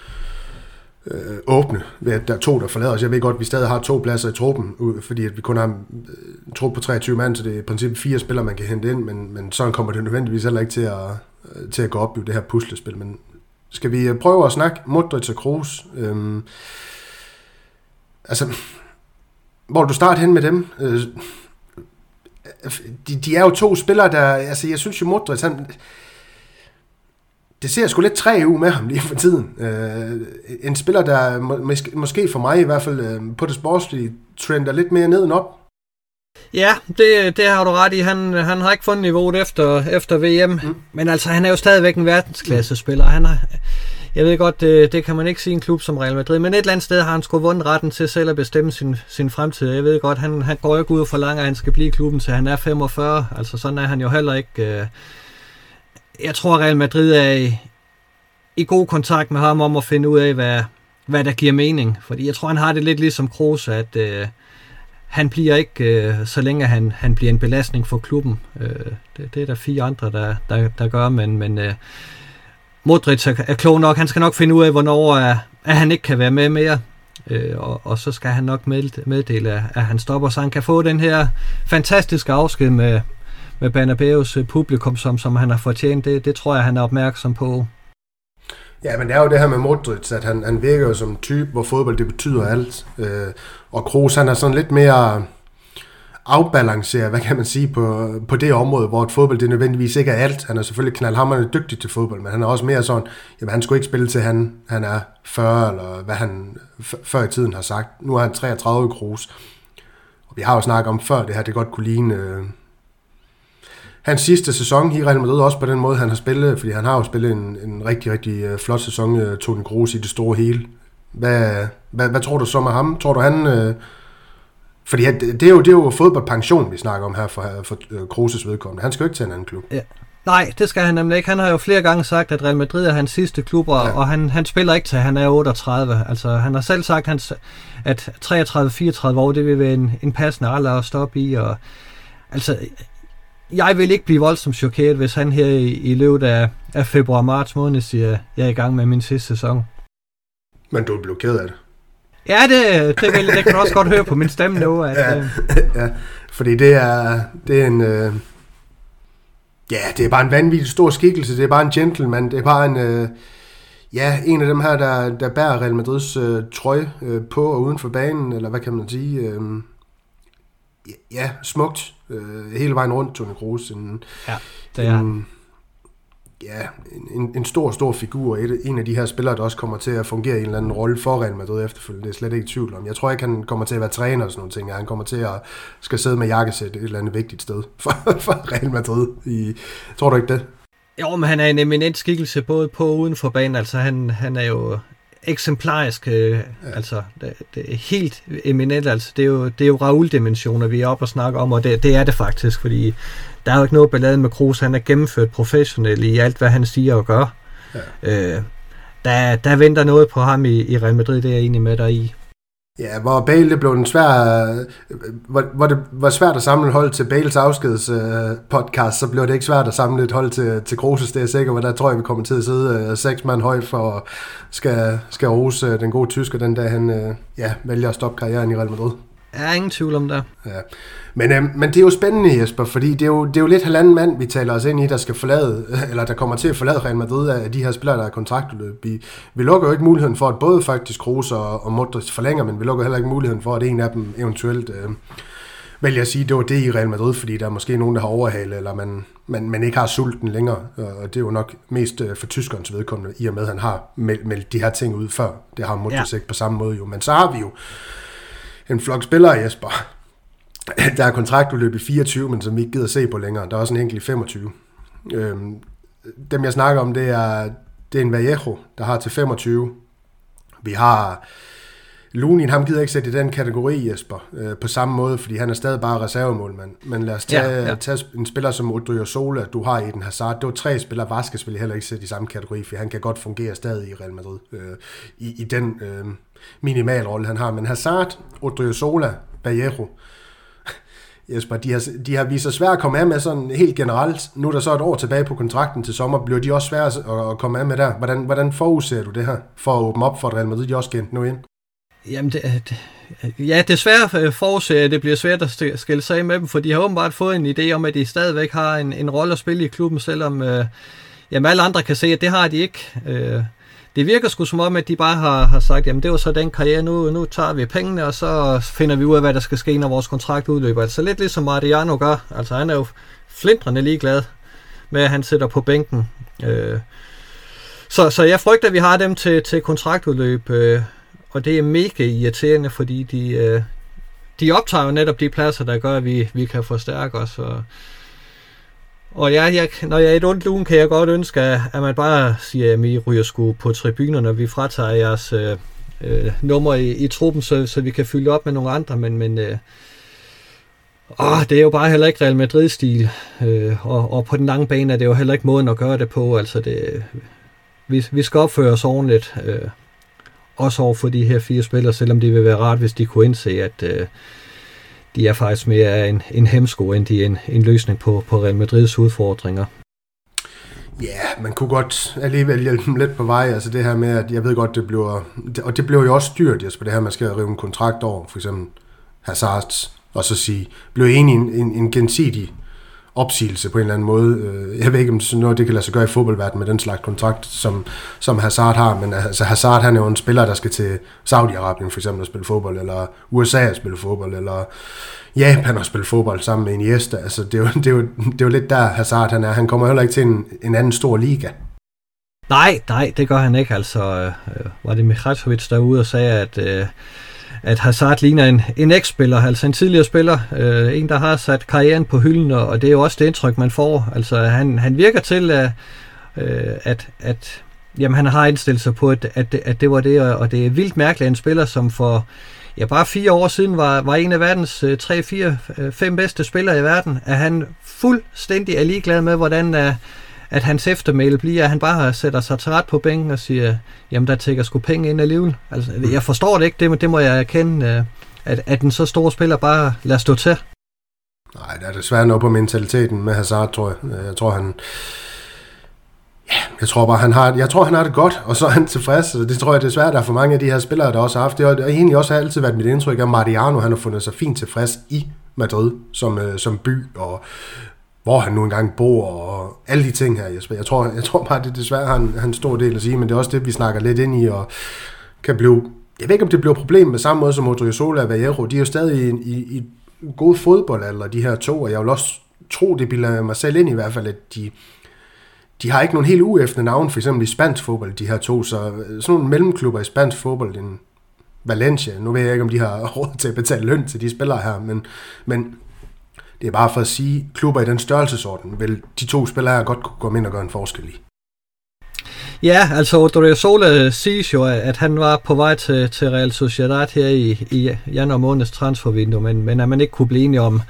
åbne, ved at der er 2, der forlader os. Jeg ved godt, at vi stadig har 2 pladser i truppen, fordi at vi kun har en trup på 23 mand, så det er i princippet 4 spillere, man kan hente ind, men sådan kommer det nødvendigvis heller ikke til at gå op i det her puslespil. Men skal vi prøve at snakke Modric og Kroos? Altså, hvor du starter hen med dem? De er jo 2 spillere, der... Altså, jeg synes jo, Modric, det ser sgu lidt træ ud med ham lige for tiden. En spiller, der måske for mig i hvert fald på det sportslige trender lidt mere ned end op. Ja, det har du ret i. Han har ikke fundet niveauet efter VM. Men altså, han er jo stadigvæk en verdensklassespiller. Jeg ved godt, det kan man ikke sige en klub som Real Madrid, men et eller andet sted har han sgu vundet retten til selv at bestemme sin fremtid. Jeg ved godt, han går ikke ud og forlanger, at han skal blive i klubben, til han er 45. Altså, sådan er han jo heller ikke... Jeg tror, Real Madrid er i god kontakt med ham om at finde ud af, hvad der giver mening. Fordi jeg tror, han har det lidt ligesom Kroos, at han bliver ikke, så længe han bliver en belastning for klubben. Det er der 4 andre, der gør, men Modric er klog nok. Han skal nok finde ud af, hvornår at han ikke kan være med mere. Og så skal han nok meddele, at han stopper, så han kan få den her fantastiske afsked med Bernabéus publikum, som han har fortjent. Det tror jeg, han er opmærksom på. Ja, men det er jo det her med Modric, at han virker jo som en type, hvor fodbold det betyder alt. Og Kroos, han er sådan lidt mere afbalanceret, hvad kan man sige, på det område, hvor et fodbold det nødvendigvis ikke er alt. Han er selvfølgelig knaldhamrende dygtig til fodbold, men han er også mere sådan, jamen han skulle ikke spille til han er 40, eller hvad han før i tiden har sagt. Nu er han 33 Kroos. Og vi har jo snakket om før, det her det godt kunne ligne... hans sidste sæson i Real Madrid, også på den måde, han har spillet, fordi han har jo spillet en rigtig, rigtig flot sæson, Toni Kroos, i det store hele. Hvad tror du så med ham? Tror du han... fordi det er jo fodboldpension, vi snakker om her for Kroos' vedkommende. Han skal jo ikke til en anden klub. Ja. Nej, det skal han nemlig ikke. Han har jo flere gange sagt, at Real Madrid er hans sidste klub, og han spiller ikke til, han er 38. Altså, han har selv sagt, at 33-34 år, det vil være en passende alder at stoppe i, og altså... Jeg vil ikke blive voldsomt chokeret, hvis han her i løbet af februar-marts måned siger, jeg er i gang med min sidste sæson. Men du er blevet ked af det? Ja, det kan du også godt høre på min stemme nu. At, ja, fordi det er en... det er bare en vanvittig stor skikkelse, det er bare en gentleman, det er bare en af dem her, der bærer Real Madrids trøje på og uden for banen, eller hvad kan man sige... smukt hele vejen rundt, Toni Kroos. Det er en stor figur, en af de her spillere, der også kommer til at fungere i en eller anden rolle for Real Madrid efterfølgende. Det er slet ikke i tvivl om. Jeg tror ikke, han kommer til at være træner og sådan nogle ting. Han kommer til at skal sidde med jakkesæt et eller andet vigtigt sted for Real Madrid. Tror du ikke det? Jo, men han er en eminent skikkelse både på og uden for banen. Altså, han er jo eksemplarisk, altså det er helt eminent, altså det er jo Raúl-dimensioner, vi er oppe og snakke om, og det er det faktisk, fordi der er jo ikke noget ballade med Kroos, han er gennemført professionelt i alt, hvad han siger og gør. Ja. Der venter noget på ham i Real Madrid, det er jeg enig med dig i. Ja, hvor Bale det blev en svær, hvor det var svært at samle et hold til Bales afskedspodcast, så blev det ikke svært at samle et hold til Kroos, det er jeg sikker, hvor der tror jeg, vi kommer til at sidde 6 mand højt for skal rose den gode tysker den dag, han vælger at stoppe karrieren i Real Madrid. Der er ingen tvivl om det. Ja. Men det er jo spændende, Jesper, fordi det er jo lidt halvanden mand, vi taler os ind i, der skal forlade, eller der kommer til at forlade Real Madrid af de her spillere, der er kontraktudløb. Vi lukker jo ikke muligheden for, at både faktisk Kroos og Modric forlænger, men vi lukker heller ikke muligheden for, at en af dem eventuelt vælger at sige, at det var det i Real Madrid, fordi der er måske nogen, der har overhalet, eller man ikke har sulten længere, og det er jo nok mest for tyskernes vedkommende, i og med, at han har meldt de her ting ud før. Det har Modric ikke på samme måde jo, men så har vi jo en flok spillere, Jesper. Der er kontraktudløb i 24, men som vi ikke gider se på længere. Der er også en enkelt i 25. Dem jeg snakker om, det er en Vallejo, der har til 25. Vi har Lunin, ham gider ikke sætte i den kategori, Jesper, på samme måde, fordi han er stadig bare reservemålmand. Men lad os tage en spiller som Odriozola, du har Eden Hazard. Det var 3 spillere, Vasquez vil heller ikke sætte i samme kategori, for han kan godt fungere stadig i Real Madrid. I den minimal rolle, han har. Men Hazard, Odriozola, Vallejo, Jesper, de har vist sig svært at komme af med sådan helt generelt. Nu er der så et år tilbage på kontrakten til sommer. Bliver de også svære at komme af med der? Hvordan forudser du det her, for at åbne op for Real Madrid, de også skal nu ind? Jamen, det er svært forudser, at det bliver svært at skille sig af med dem, for de har åbenbart fået en idé om, at de stadigvæk har en rolle at spille i klubben, selvom alle andre kan se, at det har de ikke. Det virker sgu som om, at de bare har sagt, jamen det var så den karriere, nu tager vi pengene, og så finder vi ud af, hvad der skal ske, når vores kontrakt udløber. Altså lidt ligesom Mariano gør. Altså han er jo flintrende ligeglad med, at han sidder på bænken. Så jeg frygter, at vi har dem til kontraktudløb, og det er mega irriterende, fordi de optager jo netop de pladser, der gør, at vi kan forstærke os. Og når jeg er et ondt lune, kan jeg godt ønske, at man bare siger, at vi ryger sgu på tribunerne, når vi fratager jeres nummer i truppen, så vi kan fylde op med nogle andre, men det er jo bare heller ikke Real Madrid-stil, og på den lange bane er det jo heller ikke måden at gøre det på. Altså vi skal opføre os ordentligt, også over for de her 4 spillere, selvom det vil være rart, hvis de kunne indse, at de er faktisk mere en hemsko, end de er en løsning på Real Madrids udfordringer. Ja, man kunne godt alligevel hjælpe dem lidt på vej. Altså det her med, at jeg ved godt, det bliver jo også dyrt, Jesper, det her, man skal rive en kontrakt over, for eksempel Hazard, og så sige, blev enig i en gensidig opsigelse på en eller anden måde. Jeg ved ikke, om sådan noget det kan lade sig gøre i fodboldverdenen med den slags kontrakt, som Hazard har, men altså Hazard, han er jo en spiller, der skal til Saudi-Arabien for eksempel at spille fodbold, eller USA at spille fodbold, eller Japan at spille fodbold sammen med Iniesta. Altså det er jo lidt der Hazard han er. Han kommer heller ikke til en anden stor liga. Nej, det gør han ikke. Altså var det Mikhailovic derude og sagde, at Hazard ligner en eks-spiller, altså en tidligere spiller, en, der har sat karrieren på hylden, og det er jo også det indtryk, man får. Altså, han virker til, at jamen, han har indstillet sig på, at det var det, og det er vildt mærkeligt, en spiller, som for bare 4 år siden var en af verdens 3, 4, 5 bedste spillere i verden, at han fuldstændig er ligeglad med, hvordan at hans eftermæle bliver, at han bare sætter sig til ret på bænken og siger, jamen der tækker sgu penge ind alligevel. Altså, jeg forstår det ikke, det må jeg erkende, at en så stor spiller bare lader stå til. Nej, der er desværre noget på mentaliteten med Hazard, tror jeg. Jeg tror bare, han har det godt, og så er han tilfreds. Det tror jeg desværre, der er for mange af de her spillere, der også har haft det. Og egentlig også har altid været mit indtryk, at Mariano, han har fundet sig fint tilfreds i Madrid som by, og hvor han nu engang bor, og alle de ting her, Jesper. Jeg tror bare, det desværre har en stor del at sige, men det er også det, vi snakker lidt ind i, og kan blive... Jeg ved ikke, om det bliver et problem med samme måde som Odriozola og Vallejo. De er jo stadig i god fodboldalder, de her 2, og jeg vil også tro, det bilder mig selv ind i hvert fald, at de har ikke nogen helt uefne navn, for eksempel i spansk fodbold, de her 2, så sådan nogle mellemklubber i spansk fodbold, en Valencia, nu ved jeg ikke, om de har råd til at betale løn til de spillere her, men det er bare for at sige, klubber i den størrelsesorden, vil de 2 spillere her godt kunne komme ind og gøre en forskel i. Ja, altså Odriozola siges jo, at han var på vej til Real Sociedad her i januar måneds transfervindue, men at man ikke kunne blive enige om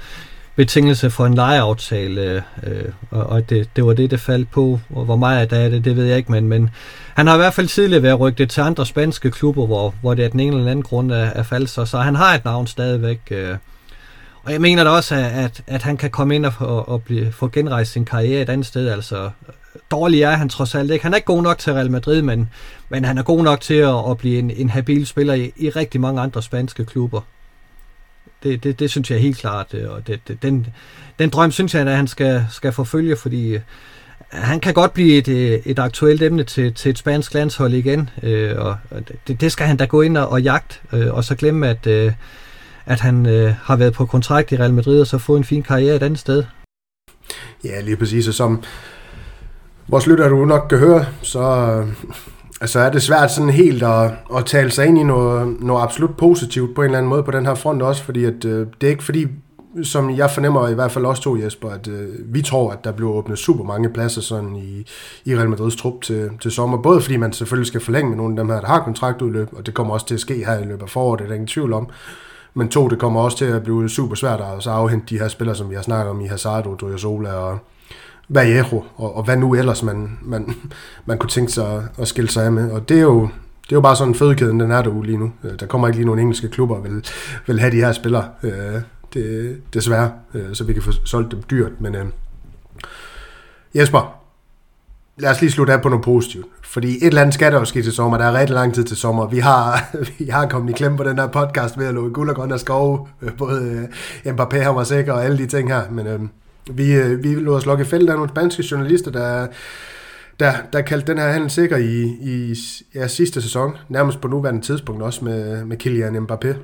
betingelse for en lejeaftale, og det var det faldt på, og hvor meget der er det ved jeg ikke, men han har i hvert fald tidligere været rygtet til andre spanske klubber, hvor det af den ene eller anden grund er faldt, så han har et navn stadigvæk, og jeg mener da også, at han kan komme ind og få genrejst sin karriere et andet sted, altså dårlig er han trods alt ikke. Han er ikke god nok til Real Madrid, men han er god nok til at blive en habil spiller i rigtig mange andre spanske klubber. Det synes jeg helt klart, og den drøm synes jeg, at han skal forfølge, fordi han kan godt blive et aktuelt emne til et spansk landshold igen, og det skal han da gå ind og jagte, og så glemme, at han har været på kontrakt i Real Madrid, og så få en fin karriere et andet sted. Ja, lige præcis, og som vores lytter du nok kan høre, så er det svært sådan helt at tale sig ind i noget absolut positivt på en eller anden måde på den her front også, fordi at, det er ikke fordi, som jeg fornemmer i hvert fald også to, Jesper, at vi tror, at der bliver åbnet super mange pladser sådan i Real Madrids trup til sommer, både fordi man selvfølgelig skal forlænge med nogle af dem her, der har kontraktudløb, og det kommer også til at ske her i løbet af foråret, det er der ingen tvivl om. Men to, det kommer også til at blive super svært at så afhente de her spillere, som vi har snakket om i Hazard, Odriozola og Vallejo, og hvad nu ellers man kunne tænke sig at skille sig af med. Og det er jo bare sådan en fødekæden, den er derude lige nu. Der kommer ikke lige nogen engelske klubber, vil have de her spillere, desværre, så vi kan få solgt dem dyrt. Men Jesper, lad os lige slutte af på noget positivt. Fordi et eller andet skal der jo ske til sommer. Der er rigtig lang tid til sommer. Vi har kommet i klemme på den her podcast ved at lukke guld og grønne skove. Både Mbappé, han var sikker og alle de ting her. Men vi lod os lukke i fælde af nogle spanske journalister, der kaldte den her handel sikker i sidste sæson. Nærmest på nuværende tidspunkt også med Kylian Mbappé.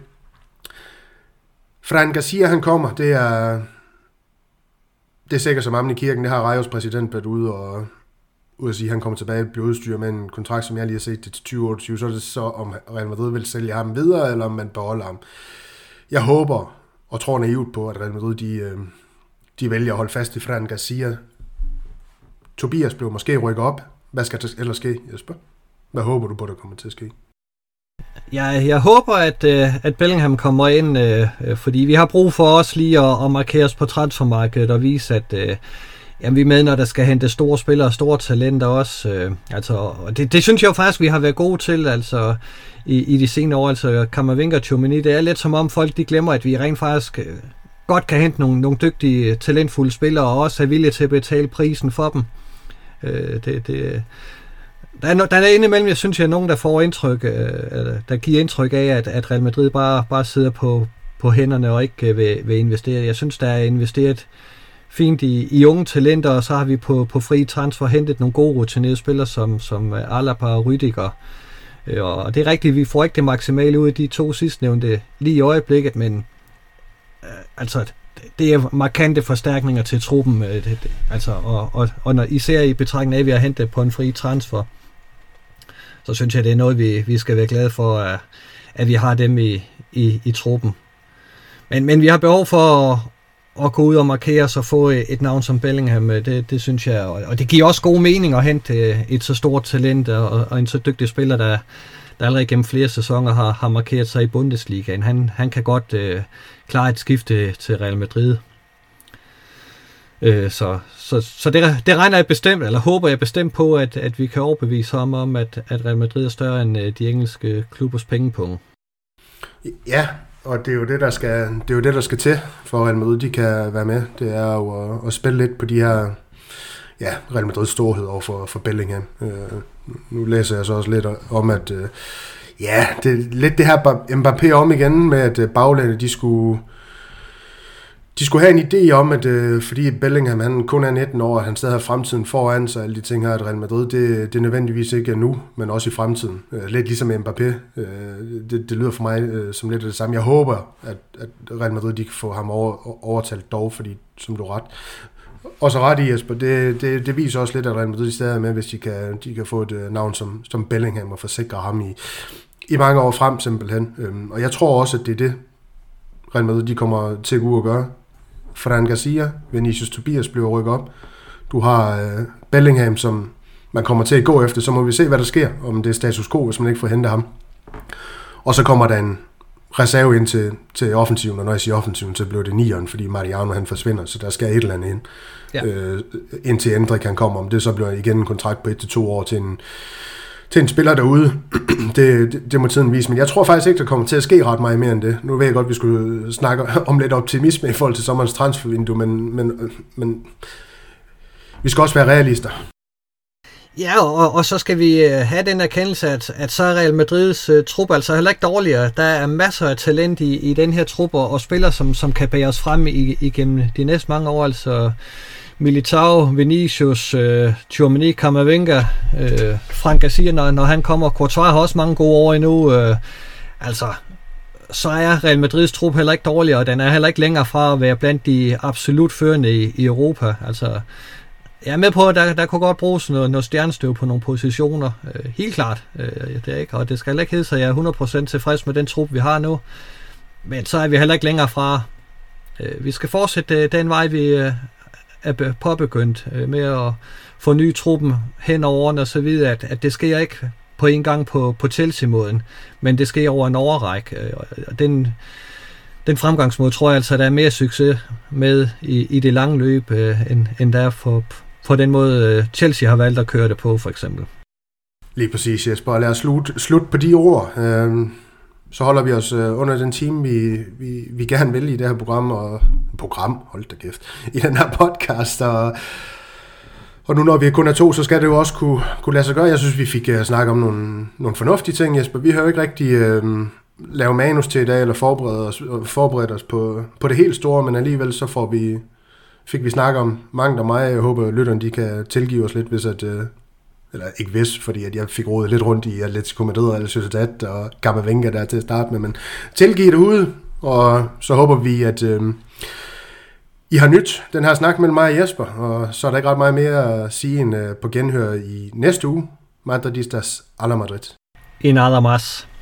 Fran Garcia, han kommer. Det er sikkert som amen i kirken. Det har Rayos præsident været ude at sige, at han kommer tilbage og bliver udstyret med en kontrakt, som jeg lige har set det til 2028, så er det så, om Real Madrid vil sælge ham videre, eller om man beholder ham. Jeg håber og tror naivt på, at Real Madrid de vælger at holde fast i Fran Garcia. Tobias blev måske rykket op. Hvad skal der ellers ske, Jesper? Hvad håber du på, der kommer til at ske? Jeg håber, at Bellingham kommer ind, fordi vi har brug for os lige at markere os på transfermarkedet og vise, at vi med, når der skal hente store spillere og store talenter også. Og det synes jeg jo faktisk, vi har været gode til altså, i de senere år. Altså Camavinga og Tchouaméni, det er lidt som om folk de glemmer, at vi rent faktisk godt kan hente nogle dygtige, talentfulde spillere og også have vilje til at betale prisen for dem. Der er indimellem, jeg synes, nogen, der får indtryk, der giver indtryk af, at Real Madrid bare sidder på hænderne og ikke vil investere. Jeg synes, der er investeret fint i unge talenter, og så har vi på fri transfer hentet nogle gode rutinerede spillere, som Alaba og Rüdiger. Og det er rigtigt, vi får ikke det maksimale ud af de to sidstnævnte lige i øjeblikket, men det er markante forstærkninger til truppen, og når især i betragtning af, at vi har hentet på en fri transfer, så synes jeg, det er noget, vi skal være glade for, at vi har dem i truppen. Men vi har behov for at gå ud og markere os og få et navn som Bellingham, det synes jeg, og det giver også god mening at hente et så stort talent og en så dygtig spiller, der allerede gennem flere sæsoner har markeret sig i Bundesligaen. Han kan godt klare et skifte til Real Madrid. Så det regner jeg bestemt, eller håber jeg bestemt på, at vi kan overbevise ham om, at Real Madrid er større end de engelske klubbers pengepunge. Ja, og det er jo det, der skal til, for Real Madrid de kan være med. Det er jo at spille lidt på de her Real Madrids storhed over for Bellingham. Nu læser jeg så også lidt om, at det er lidt det her Mbappé om igen, med at baglandet de skulle have en idé om, at fordi Bellingham han kun er 19 år, at han stadig har fremtiden foran sig, alle de ting her, at Real Madrid, det nødvendigvis ikke er nu, men også i fremtiden. Lidt ligesom Mbappé. Det lyder for mig som lidt af det samme. Jeg håber, at Real Madrid de kan få ham overtalt dog, fordi som du ret. Også ret i, Jesper, det viser også lidt, at Real Madrid stadig er med, hvis de kan få et navn som Bellingham og forsikre ham i mange år frem simpelthen. Og jeg tror også, at det er det, Real Madrid de kommer til at gå ud og gøre. Fran Garcia, Vinicius Tobias bliver rykket op. Du har Bellingham, som man kommer til at gå efter, så må vi se, hvad der sker, om det er status quo, hvis man ikke får hentet ham. Og så kommer der reserve ind til offensiven, og når jeg siger offensiven, så blev det 9'eren, fordi Mariano han forsvinder, så der skal et eller andet ind. Ja. Indtil Endrik kan komme, om det så bliver igen en kontrakt på 1 til 2 år til en spiller derude. det må tiden vise, men jeg tror faktisk ikke, der kommer til at ske ret meget mere end det. Nu ved jeg godt, at vi skulle snakke om lidt optimisme i forhold til sommerens transfervindue, men vi skal også være realister. Ja, og så skal vi have den erkendelse, at så er Real Madrids trup altså heller ikke dårligere. Der er masser af talent i den her trup, og spillere, som kan bære os frem igennem de næste mange år. Altså Militao, Vinicius, Tchouaméni, Camavinga, Frank Garcia, når han kommer. Courtois har også mange gode år endnu. Så er Real Madrids trup heller ikke dårligere, og den er heller ikke længere fra at være blandt de absolut førende i Europa. Altså, jeg er med på, at der kunne godt bruges noget stjernestøv på nogle positioner. Helt klart. Det er ikke, og det skal heller ikke hedde sig, at jeg er 100% tilfreds med den trup, vi har nu. Men så er vi heller ikke længere fra. Vi skal fortsætte den vej, vi er påbegyndt med at forny truppen hen over årene og så videre, at det sker ikke på en gang på Chelsea-måden, men det sker over en overrække. Den fremgangsmåde tror jeg altså, at der er mere succes med i det lange løb, end der er på den måde, Chelsea har valgt at køre det på, for eksempel. Lige præcis, Jesper. Lad os slutte på de ord. Så holder vi os under den time, vi gerne vil i det her program, hold da kæft, i den her podcast, og nu når vi kun er 2, så skal det jo også kunne lade sig gøre. Jeg synes, vi fik snakket om nogle fornuftige ting, Jesper. Vi har jo ikke rigtig lave manus til i dag, eller forberedt os på det helt store, men alligevel så fik vi snakket om mange af mig. Jeg håber, at lytterne de kan tilgive os lidt, eller ikke hvis, fordi at jeg fik rodet lidt rundt i Atletico Madrid og Real Sociedad og Camavinga der til at starte med, men tilgive det ude, og så håber vi, at I har nyt den her snak mellem mig og Jesper, og så er der ikke ret meget mere at sige end på genhør i næste uge. Madridistas a la Madrid. En nada más.